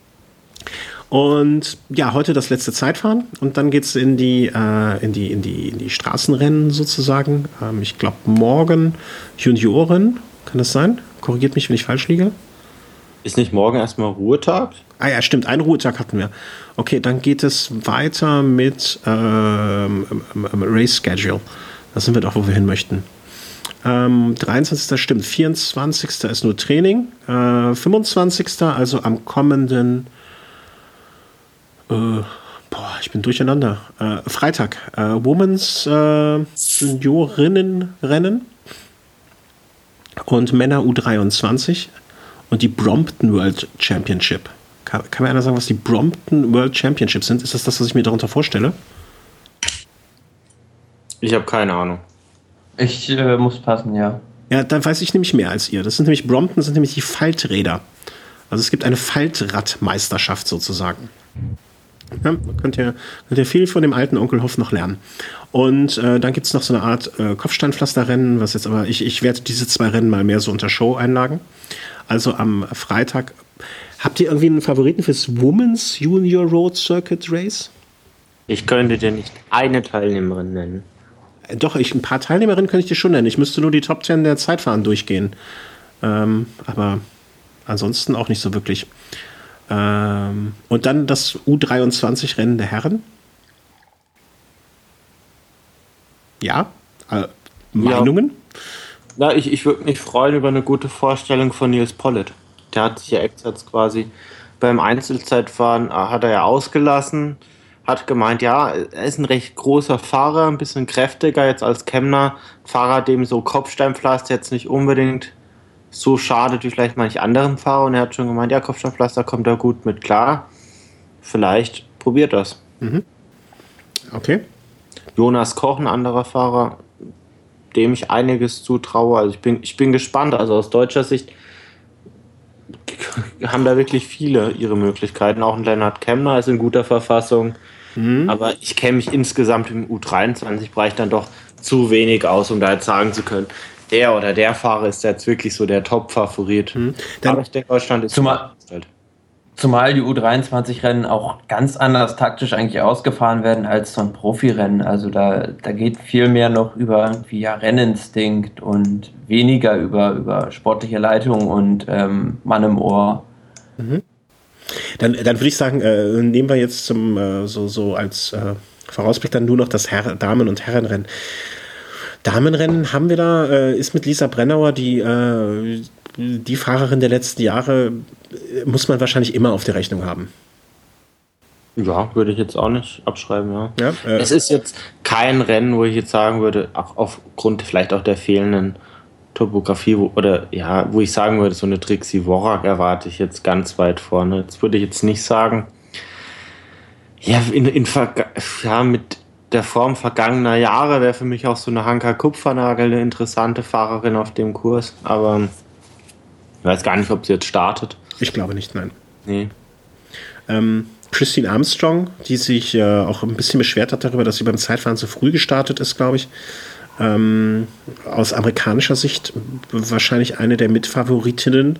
und ja, heute das letzte Zeitfahren und dann geht es in die, äh, in, die, in, die, in die Straßenrennen sozusagen. Ähm, ich glaube, morgen Junioren, kann das sein? Korrigiert mich, wenn ich falsch liege. Ist nicht morgen erstmal Ruhetag? Ah ja, stimmt, einen Ruhetag hatten wir. Okay, dann geht es weiter mit ähm, Race Schedule. Da sind wir doch, wo wir hin möchten. Ähm, dreiundzwanzigster stimmt, vierundzwanzigster ist nur Training. Äh, fünfundzwanzigster also am kommenden Äh, boah, ich bin durcheinander. Äh, Freitag, äh, Women's äh, Seniorinnenrennen und Männer U dreiundzwanzig und die Brompton World Championship. Kann, kann mir einer sagen, was die Brompton World Championship sind? Ist das das, was ich mir darunter vorstelle? Ich habe keine Ahnung. Ich äh, muss passen, ja. Ja, dann weiß ich nämlich mehr als ihr. Das sind nämlich Brompton, sind nämlich die Falträder. Also es gibt eine Faltradmeisterschaft sozusagen. Ja, könnt ihr, könnt ihr viel von dem alten Onkel Hoff noch lernen. Und äh, dann gibt es noch so eine Art äh, Kopfsteinpflasterrennen, was jetzt aber, ich, ich werde diese zwei Rennen mal mehr so unter Show-Einlagen. Also am Freitag. Habt ihr irgendwie einen Favoriten fürs Women's Junior Road Circuit Race? Ich könnte dir nicht eine Teilnehmerin nennen. Äh, doch, ich, ein paar Teilnehmerinnen könnte ich dir schon nennen. Ich müsste nur die Top Ten der Zeitfahren durchgehen. Ähm, aber ansonsten auch nicht so wirklich. Ähm, und dann das U dreiundzwanzig Rennen der Herren. Ja, äh, Meinungen? Ja, ich, ich würde mich freuen über eine gute Vorstellung von Nils Pollitt. Der hat sich ja extra quasi beim Einzelzeitfahren, hat er ja ausgelassen, hat gemeint, ja, er ist ein recht großer Fahrer, ein bisschen kräftiger jetzt als Kemner. Fahrer, dem so Kopfsteinpflaster jetzt nicht unbedingt so schadet wie vielleicht manch anderen Fahrer. Und er hat schon gemeint, ja, Kopfsteinpflaster kommt da gut mit klar. Vielleicht probiert das. Mhm. Okay. Jonas Koch, ein anderer Fahrer, dem ich einiges zutraue. Also ich bin, ich bin gespannt. Also aus deutscher Sicht haben da wirklich viele ihre Möglichkeiten. Auch ein Lennart Kemner ist in guter Verfassung. Mhm. Aber ich kenne mich insgesamt im U dreiundzwanzig-Bereich dann doch zu wenig aus, um da jetzt sagen zu können, der oder der Fahrer ist jetzt wirklich so der Top-Favorit. Mhm. Aber ich denke, Deutschland ist zumal, zumal die U dreiundzwanzig-Rennen auch ganz anders taktisch eigentlich ausgefahren werden als so ein Profirennen. Also da, da geht viel mehr noch über irgendwie ja, Renninstinkt und weniger über, über sportliche Leitung und ähm, Mann im Ohr. Mhm. Dann, dann würde ich sagen, äh, nehmen wir jetzt zum äh, so, so als äh, Vorausblick dann nur noch das Herr-, Damen- und Herrenrennen. Damenrennen haben wir da, äh, ist mit Lisa Brennauer die, äh, die Fahrerin der letzten Jahre, muss man wahrscheinlich immer auf der Rechnung haben. Ja, würde ich jetzt auch nicht abschreiben, ja. ja äh, es ist jetzt kein Rennen, wo ich jetzt sagen würde, auch aufgrund vielleicht auch der fehlenden Topografie, wo, oder ja, wo ich sagen würde, so eine Trixie Worrack erwarte ich jetzt ganz weit vorne. Jetzt würde ich jetzt nicht sagen, ja, in, in ja, mit der Form vergangener Jahre wäre für mich auch so eine Hanka Kupfernagel eine interessante Fahrerin auf dem Kurs, aber ich weiß gar nicht, ob sie jetzt startet. Ich glaube nicht, nein. Nee. Ähm, Christine Armstrong, die sich äh, auch ein bisschen beschwert hat darüber, dass sie beim Zeitfahren zu früh gestartet ist, glaube ich. Ähm, aus amerikanischer Sicht wahrscheinlich eine der Mitfavoritinnen.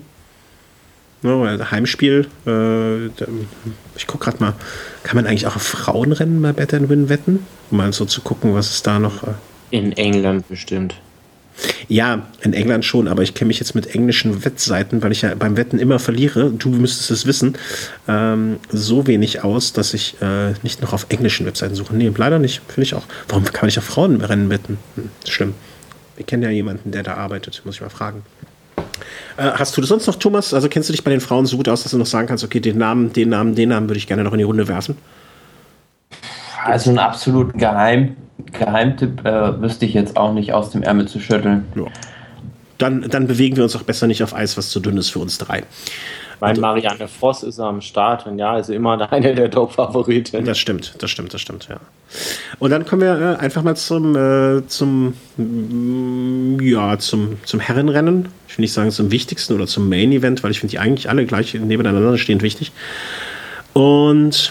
Ja, Heimspiel. Äh, ich gucke gerade mal, kann man eigentlich auch auf Frauenrennen bei Bet and Win wetten? Um mal so zu gucken, was es da noch... Äh in England bestimmt. Ja, in England schon, aber ich kenne mich jetzt mit englischen Wettseiten, weil ich ja beim Wetten immer verliere, du müsstest es wissen, ähm, so wenig aus, dass ich äh, nicht noch auf englischen Webseiten suche. Nee, leider nicht, finde ich auch. Warum kann man nicht auf Frauenrennen wetten? Hm, schlimm. Wir kennen ja jemanden, der da arbeitet, muss ich mal fragen. Äh, hast du das sonst noch, Thomas? Also kennst du dich bei den Frauen so gut aus, dass du noch sagen kannst, okay, den Namen, den Namen, den Namen würde ich gerne noch in die Runde werfen? Also einen absoluten Geheim, Geheimtipp äh, wüsste ich jetzt auch nicht aus dem Ärmel zu schütteln. Ja. Dann, dann bewegen wir uns auch besser nicht auf Eis, was zu dünn ist für uns drei. Bei also, Marianne Voss ist er am Start und ja, ist immer eine der Top-Favoriten. Das stimmt, das stimmt, das stimmt, ja. Und dann kommen wir äh, einfach mal zum, äh, zum, mm, ja, zum, zum Herrenrennen. Ich will nicht sagen zum wichtigsten oder zum Main-Event, weil ich finde die eigentlich alle gleich nebeneinander stehend wichtig. Und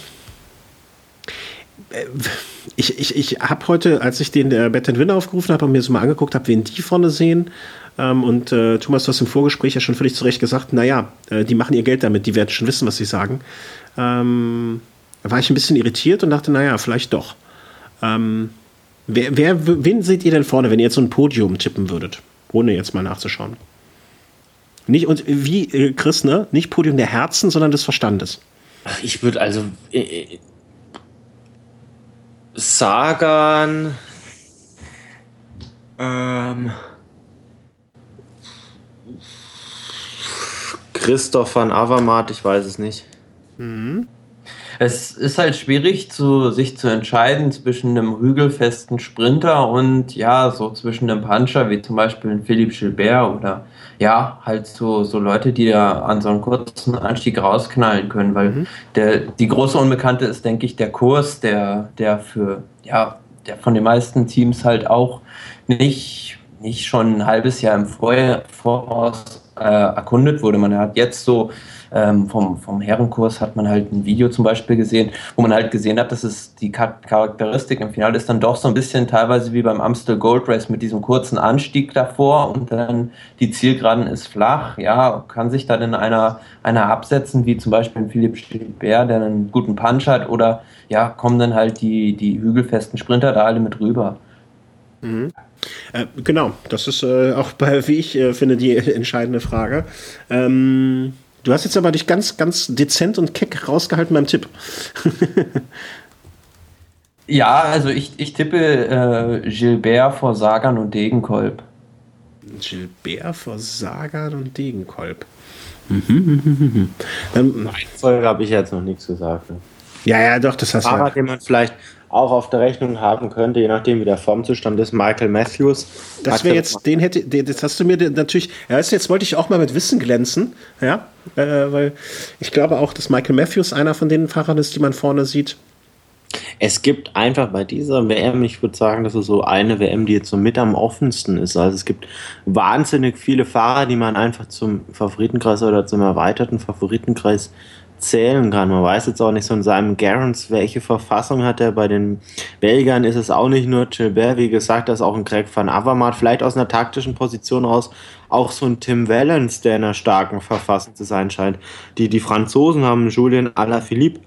äh, ich, ich, ich habe heute, als ich den der Bet and Win aufgerufen habe und mir so mal angeguckt habe, wen die vorne sehen, ähm, und äh, Thomas, du hast im Vorgespräch ja schon völlig zu Recht gesagt, naja, äh, die machen ihr Geld damit, die werden schon wissen, was sie sagen. Ähm, da war ich ein bisschen irritiert und dachte, naja, vielleicht doch. Ähm, wer, wer, wen seht ihr denn vorne, wenn ihr jetzt so ein Podium tippen würdet? Ohne jetzt mal nachzuschauen. Nicht, und wie äh, Chris, ne? Nicht Podium der Herzen, sondern des Verstandes. Ich würde also äh, Sagan, ähm, Christoph van Avermaet, ich weiß es nicht. Mhm. Es ist halt schwierig, zu, sich zu entscheiden zwischen einem hügelfesten Sprinter und ja, so zwischen einem Puncher, wie zum Beispiel ein Philippe Gilbert oder ja, halt so, so Leute, die da an so einem kurzen Anstieg rausknallen können, weil Mhm. der, die große Unbekannte ist, denke ich, der Kurs, der, der für, ja, der von den meisten Teams halt auch nicht, nicht schon ein halbes Jahr im Vorher, Voraus äh, erkundet wurde. Man hat jetzt so ähm, vom, vom Herrenkurs hat man halt ein Video zum Beispiel gesehen, wo man halt gesehen hat, dass es die Char- Charakteristik im Finale ist dann doch so ein bisschen teilweise wie beim Amstel Gold Race mit diesem kurzen Anstieg davor und dann die Zielgeraden ist flach. Ja, kann sich dann in einer, einer absetzen, wie zum Beispiel ein Philippe Gilbert, der einen guten Punch hat, oder ja, kommen dann halt die, die hügelfesten Sprinter da alle mit rüber. Mhm. Äh, genau, das ist äh, auch bei, wie ich äh, finde, die entscheidende Frage. Ähm, du hast jetzt aber dich ganz, ganz dezent und keck rausgehalten beim Tipp. Ja, also ich, ich tippe äh, Gilbert vor Sagan und Degenkolb. Gilbert vor Sagan und Degenkolb. Mhm, mhm, mhm. Ähm, Folge habe ich jetzt noch nichts gesagt. Ne? ja, ja, doch, das hast du. Fahrer, den man vielleicht auch auf der Rechnung haben könnte, je nachdem wie der Formzustand ist, Michael Matthews. Das wäre jetzt, den hätte, den, das hast du mir natürlich, ja, jetzt wollte ich auch mal mit Wissen glänzen, ja, äh, weil ich glaube auch, dass Michael Matthews einer von den Fahrern ist, die man vorne sieht. Es gibt einfach bei dieser W M, ich würde sagen, das ist so eine W M, die jetzt so mit am offensten ist. Also es gibt wahnsinnig viele Fahrer, die man einfach zum Favoritenkreis oder zum erweiterten Favoritenkreis zählen kann. Man weiß jetzt auch nicht so in seinem Gerrans, welche Verfassung hat er. Bei den Belgiern ist es auch nicht nur Gilbert, wie gesagt, da ist auch ein Greg van Avermaet, vielleicht aus einer taktischen Position raus, auch so ein Tim Wellens, der in einer starken Verfassung zu sein scheint. Die, die Franzosen haben Julien Alaphilippe,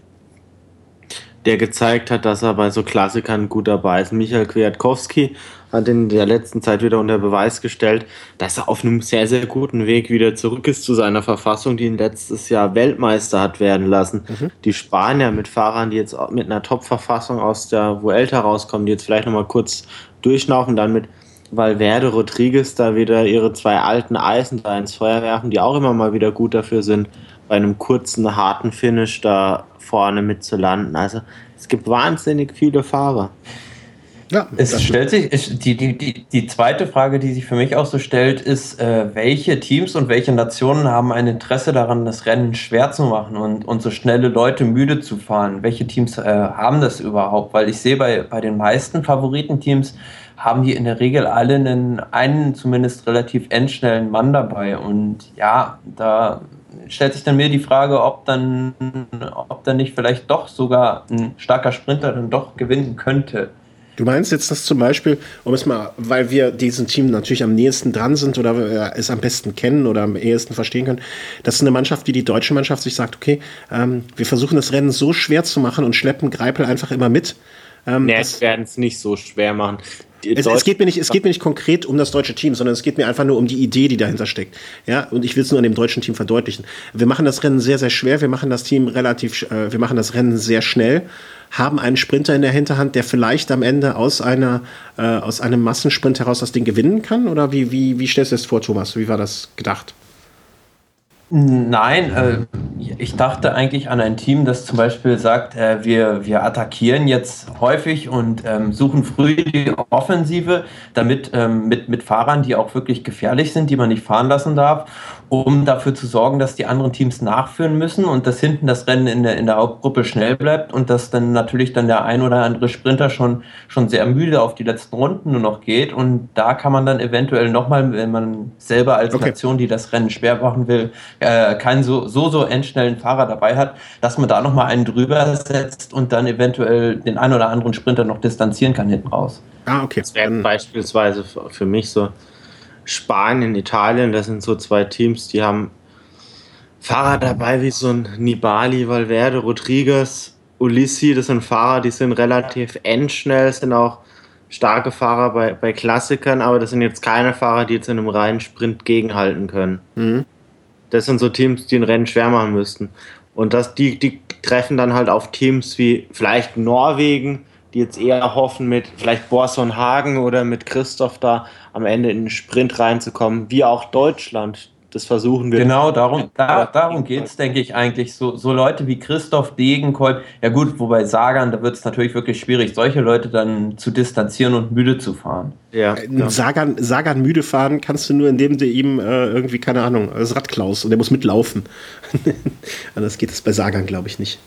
der gezeigt hat, dass er bei so Klassikern gut dabei ist. Michael Kwiatkowski hat in der letzten Zeit wieder unter Beweis gestellt, dass er auf einem sehr, sehr guten Weg wieder zurück ist zu seiner Verfassung, die ihn letztes Jahr Weltmeister hat werden lassen. Mhm. Die Spanier mit Fahrern, die jetzt mit einer Top-Verfassung aus der Vuelta rauskommen, die jetzt vielleicht nochmal kurz durchschnaufen, dann mit Valverde, Rodriguez da wieder ihre zwei alten Eisen da ins Feuer werfen, die auch immer mal wieder gut dafür sind, bei einem kurzen, harten Finish da vorne mit zu landen. Also es gibt wahnsinnig viele Fahrer. Ja, es stellt sich, die, die, die, die zweite Frage, die sich für mich auch so stellt, ist, äh, welche Teams und welche Nationen haben ein Interesse daran, das Rennen schwer zu machen und, und so schnelle Leute müde zu fahren? Welche Teams äh, haben das überhaupt? Weil ich sehe, bei, bei den meisten Favoritenteams haben die in der Regel alle einen, einen zumindest relativ endschnellen Mann dabei. Und ja, da stellt sich dann mir die Frage, ob dann, ob dann nicht vielleicht doch sogar ein starker Sprinter dann doch gewinnen könnte. Du meinst jetzt, dass zum Beispiel, um es mal, weil wir diesem Team natürlich am nächsten dran sind oder es am besten kennen oder am ehesten verstehen können, dass eine Mannschaft wie die deutsche Mannschaft sich sagt, okay, ähm, wir versuchen das Rennen so schwer zu machen und schleppen Greipel einfach immer mit. Ähm, nee, wir werden es nicht so schwer machen. Es, es, geht mir nicht, es geht mir nicht konkret um das deutsche Team, sondern es geht mir einfach nur um die Idee, die dahinter steckt. Ja, und ich will es nur an dem deutschen Team verdeutlichen. Wir machen das Rennen sehr, sehr schwer. Wir machen das Team relativ, äh, wir machen das Rennen sehr schnell, haben einen Sprinter in der Hinterhand, der vielleicht am Ende aus einer, äh, aus einem Massensprint heraus das Ding gewinnen kann. Oder wie, wie, wie stellst du das vor, Thomas? Wie war das gedacht? Nein, äh, ich dachte eigentlich an ein Team, das zum Beispiel sagt, äh, wir, wir attackieren jetzt häufig und ähm, suchen früh die Offensive, damit ähm, mit, mit Fahrern, die auch wirklich gefährlich sind, die man nicht fahren lassen darf, um dafür zu sorgen, dass die anderen Teams nachführen müssen und dass hinten das Rennen in der, in der Hauptgruppe schnell bleibt und dass dann natürlich dann der ein oder andere Sprinter schon, schon sehr müde auf die letzten Runden nur noch geht und da kann man dann eventuell nochmal, wenn man selber als okay. Nation, die das Rennen schwer machen will, äh, keinen so, so, so endschnellen Fahrer dabei hat, dass man da nochmal einen drüber setzt und dann eventuell den ein oder anderen Sprinter noch distanzieren kann hinten raus. Ah, okay. Das wäre beispielsweise für mich so Spanien, Italien, das sind so zwei Teams, die haben Fahrer dabei wie so ein Nibali, Valverde, Rodriguez, Ulissi, das sind Fahrer, die sind relativ endschnell, sind auch starke Fahrer bei, bei Klassikern, aber das sind jetzt keine Fahrer, die jetzt in einem reinen Sprint gegenhalten können. Mhm. Das sind so Teams, die ein Rennen schwer machen müssten. Und das, die, die treffen dann halt auf Teams wie vielleicht Norwegen, die jetzt eher hoffen, mit vielleicht Boasson Hagen oder mit Christoph da am Ende in den Sprint reinzukommen, wie auch Deutschland, das versuchen wir. Genau, darum, da, darum geht es, denke ich, eigentlich. So, so Leute wie Christoph Degenkolb, ja gut, wobei Sagan, da wird es natürlich wirklich schwierig, solche Leute dann zu distanzieren und müde zu fahren. Ja, ja. Sagan, Sagan müde fahren kannst du nur, indem du ihm äh, irgendwie, keine Ahnung, das Rad klaust und der muss mitlaufen. Anders geht es bei Sagan, glaube ich, nicht.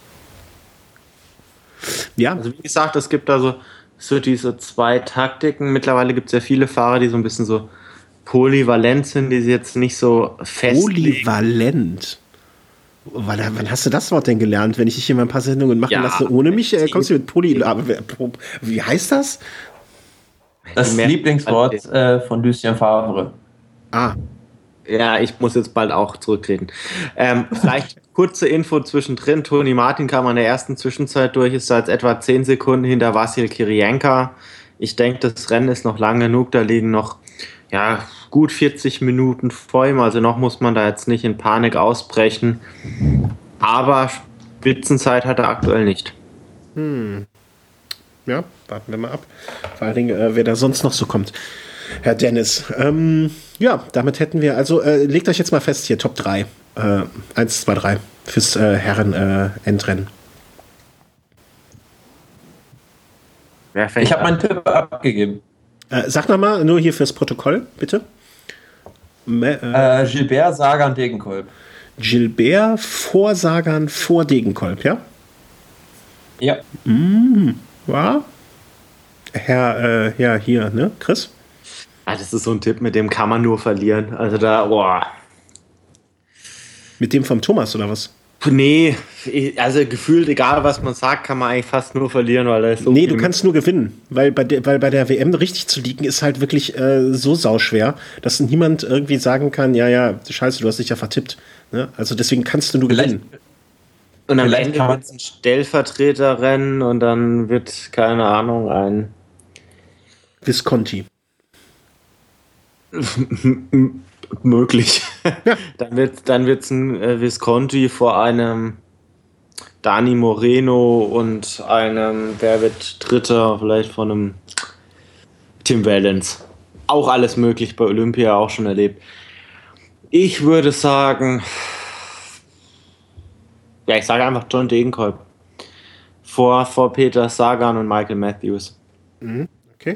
Ja. Also wie gesagt, es gibt also so diese zwei Taktiken. Mittlerweile gibt es ja viele Fahrer, die so ein bisschen so polyvalent sind, die sie jetzt nicht so festlegen. Polyvalent? Wann hast du das Wort denn gelernt? Wenn ich dich hier mal ein paar Sendungen machen ja, lasse ohne mich, äh, kommst du mit Poly... Wie heißt das? Das Lieblingswort äh, von Lucien Favre. Ah. Ja, ich muss jetzt bald auch zurücktreten. Ähm, vielleicht kurze Info zwischendrin. Toni Martin kam an der ersten Zwischenzeit durch, ist da jetzt etwa zehn Sekunden hinter Vasil Kirienka. Ich denke, das Rennen ist noch lang genug, da liegen noch ja, gut vierzig Minuten vor ihm, also noch muss man da jetzt nicht in Panik ausbrechen. Aber Spitzenzeit hat er aktuell nicht. Hm. Ja, warten wir mal ab. Vor allen Dingen, äh, wer da sonst noch so kommt. Herr Dennis. Ähm, ja, damit hätten wir, also äh, legt euch jetzt mal fest hier, Top drei. Äh, eins, zwei, drei fürs äh, Herren-Endrennen. Äh, ich habe meinen Tipp abgegeben. Äh, sag nochmal, nur hier fürs Protokoll, bitte. Me, äh, äh, Gilbert, Sagan, Degenkolb. Gilbert vor Sagan, vor Degenkolb, ja? Ja. Mm, ja. Herr, äh, ja, hier, ne, Chris? Ah, das ist so ein Tipp, mit dem kann man nur verlieren. Also da, boah. Mit dem vom Thomas, oder was? Nee, also gefühlt, egal was man sagt, kann man eigentlich fast nur verlieren, weil da ist so Nee, du kannst nur gewinnen, weil bei, der, weil bei der W M richtig zu liegen ist halt wirklich äh, so sauschwer, dass niemand irgendwie sagen kann, ja, ja, scheiße, du hast dich ja vertippt. Ne? Also deswegen kannst du nur vielleicht, gewinnen. Und am Ende wird es ein Stellvertreterrennen und dann wird, keine Ahnung, ein Visconti. Möglich. Ja. Dann wird dann wird's ein äh, Visconti vor einem Dani Moreno und einem, wer wird Dritter, vielleicht von einem Tim Wellens. Auch alles möglich, bei Olympia auch schon erlebt. Ich würde sagen, ja, ich sage einfach John Degenkolb. Vor, vor Peter Sagan und Michael Matthews. Mhm, okay.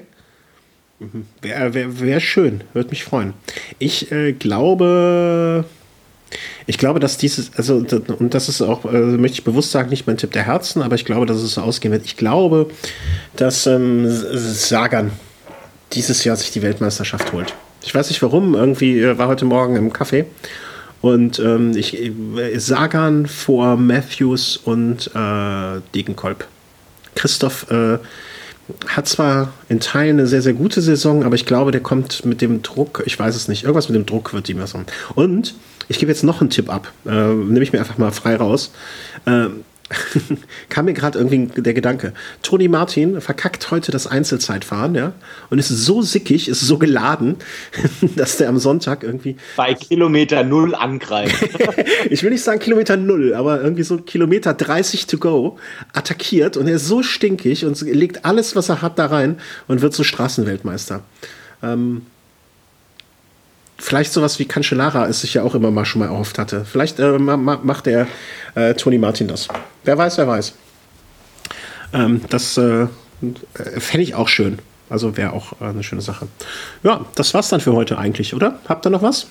Wäre wär, wär schön, würde mich freuen. Ich äh, glaube, ich glaube, dass dieses, also, und das ist auch, äh, möchte ich bewusst sagen, nicht mein Tipp der Herzen, aber ich glaube, dass es so ausgehen wird. Ich glaube, dass ähm, Sagan dieses Jahr sich die Weltmeisterschaft holt. Ich weiß nicht warum, irgendwie äh, war heute Morgen im Café und ähm, ich, äh, Sagan vor Matthews und äh, Degenkolb. Christoph äh, hat zwar in Teilen eine sehr, sehr gute Saison, aber ich glaube, der kommt mit dem Druck, ich weiß es nicht, irgendwas mit dem Druck wird ihm was machen. Und ich gebe jetzt noch einen Tipp ab, äh, nehme ich mir einfach mal frei raus. Äh, kam mir gerade irgendwie der Gedanke. Toni Martin verkackt heute das Einzelzeitfahren, ja, und ist so sickig, ist so geladen, dass der am Sonntag irgendwie bei Kilometer null angreift. Ich will nicht sagen Kilometer null, aber irgendwie so Kilometer dreißig to go attackiert und er ist so stinkig und legt alles, was er hat, da rein und wird so Straßenweltmeister. Ähm, Vielleicht sowas wie Cancellara es sich ja auch immer mal schon mal erhofft hatte. Vielleicht äh, ma- macht der äh, Toni Martin das. Wer weiß, wer weiß. Ähm, das äh, fände ich auch schön. Also wäre auch äh, eine schöne Sache. Ja, das war's dann für heute eigentlich, oder? Habt ihr noch was?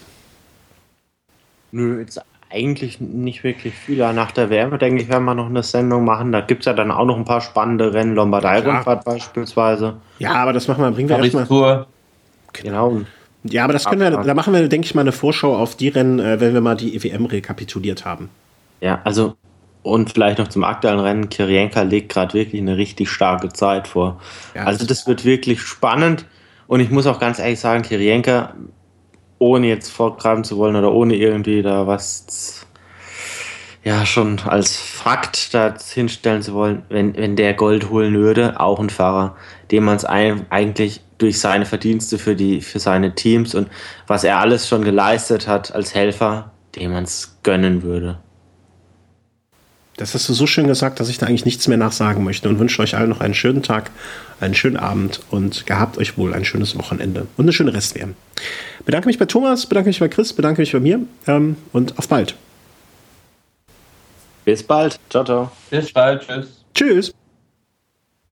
Nö, jetzt eigentlich nicht wirklich viel. Ja, nach der W M, denke ich, werden wir noch eine Sendung machen. Da gibt es ja dann auch noch ein paar spannende Rennen. Lombardei-Rundfahrt beispielsweise. Ja, aber das machen wir, bringen wir erstmal. Genau. genau. Ja, aber das können wir, da machen wir, denke ich mal, eine Vorschau auf die Rennen, äh, wenn wir mal die E W M rekapituliert haben. Ja, also, und vielleicht noch zum aktuellen Rennen, Kirienka legt gerade wirklich eine richtig starke Zeit vor. Ja, also das wird wirklich spannend und ich muss auch ganz ehrlich sagen, Kirienka, ohne jetzt fortgreifen zu wollen oder ohne irgendwie da was ja schon als Fakt da hinstellen zu wollen, wenn, wenn der Gold holen würde, auch ein Fahrer, dem man es eigentlich durch seine Verdienste für die für seine Teams und was er alles schon geleistet hat als Helfer, dem man es gönnen würde. Das hast du so schön gesagt, dass ich da eigentlich nichts mehr nachsagen möchte und wünsche euch allen noch einen schönen Tag, einen schönen Abend und gehabt euch wohl ein schönes Wochenende und eine schöne Restw M. Bedanke mich bei Thomas, bedanke mich bei Chris, bedanke mich bei mir ähm, und auf bald. Bis bald. Ciao, ciao. Bis bald. Tschüss. Tschüss.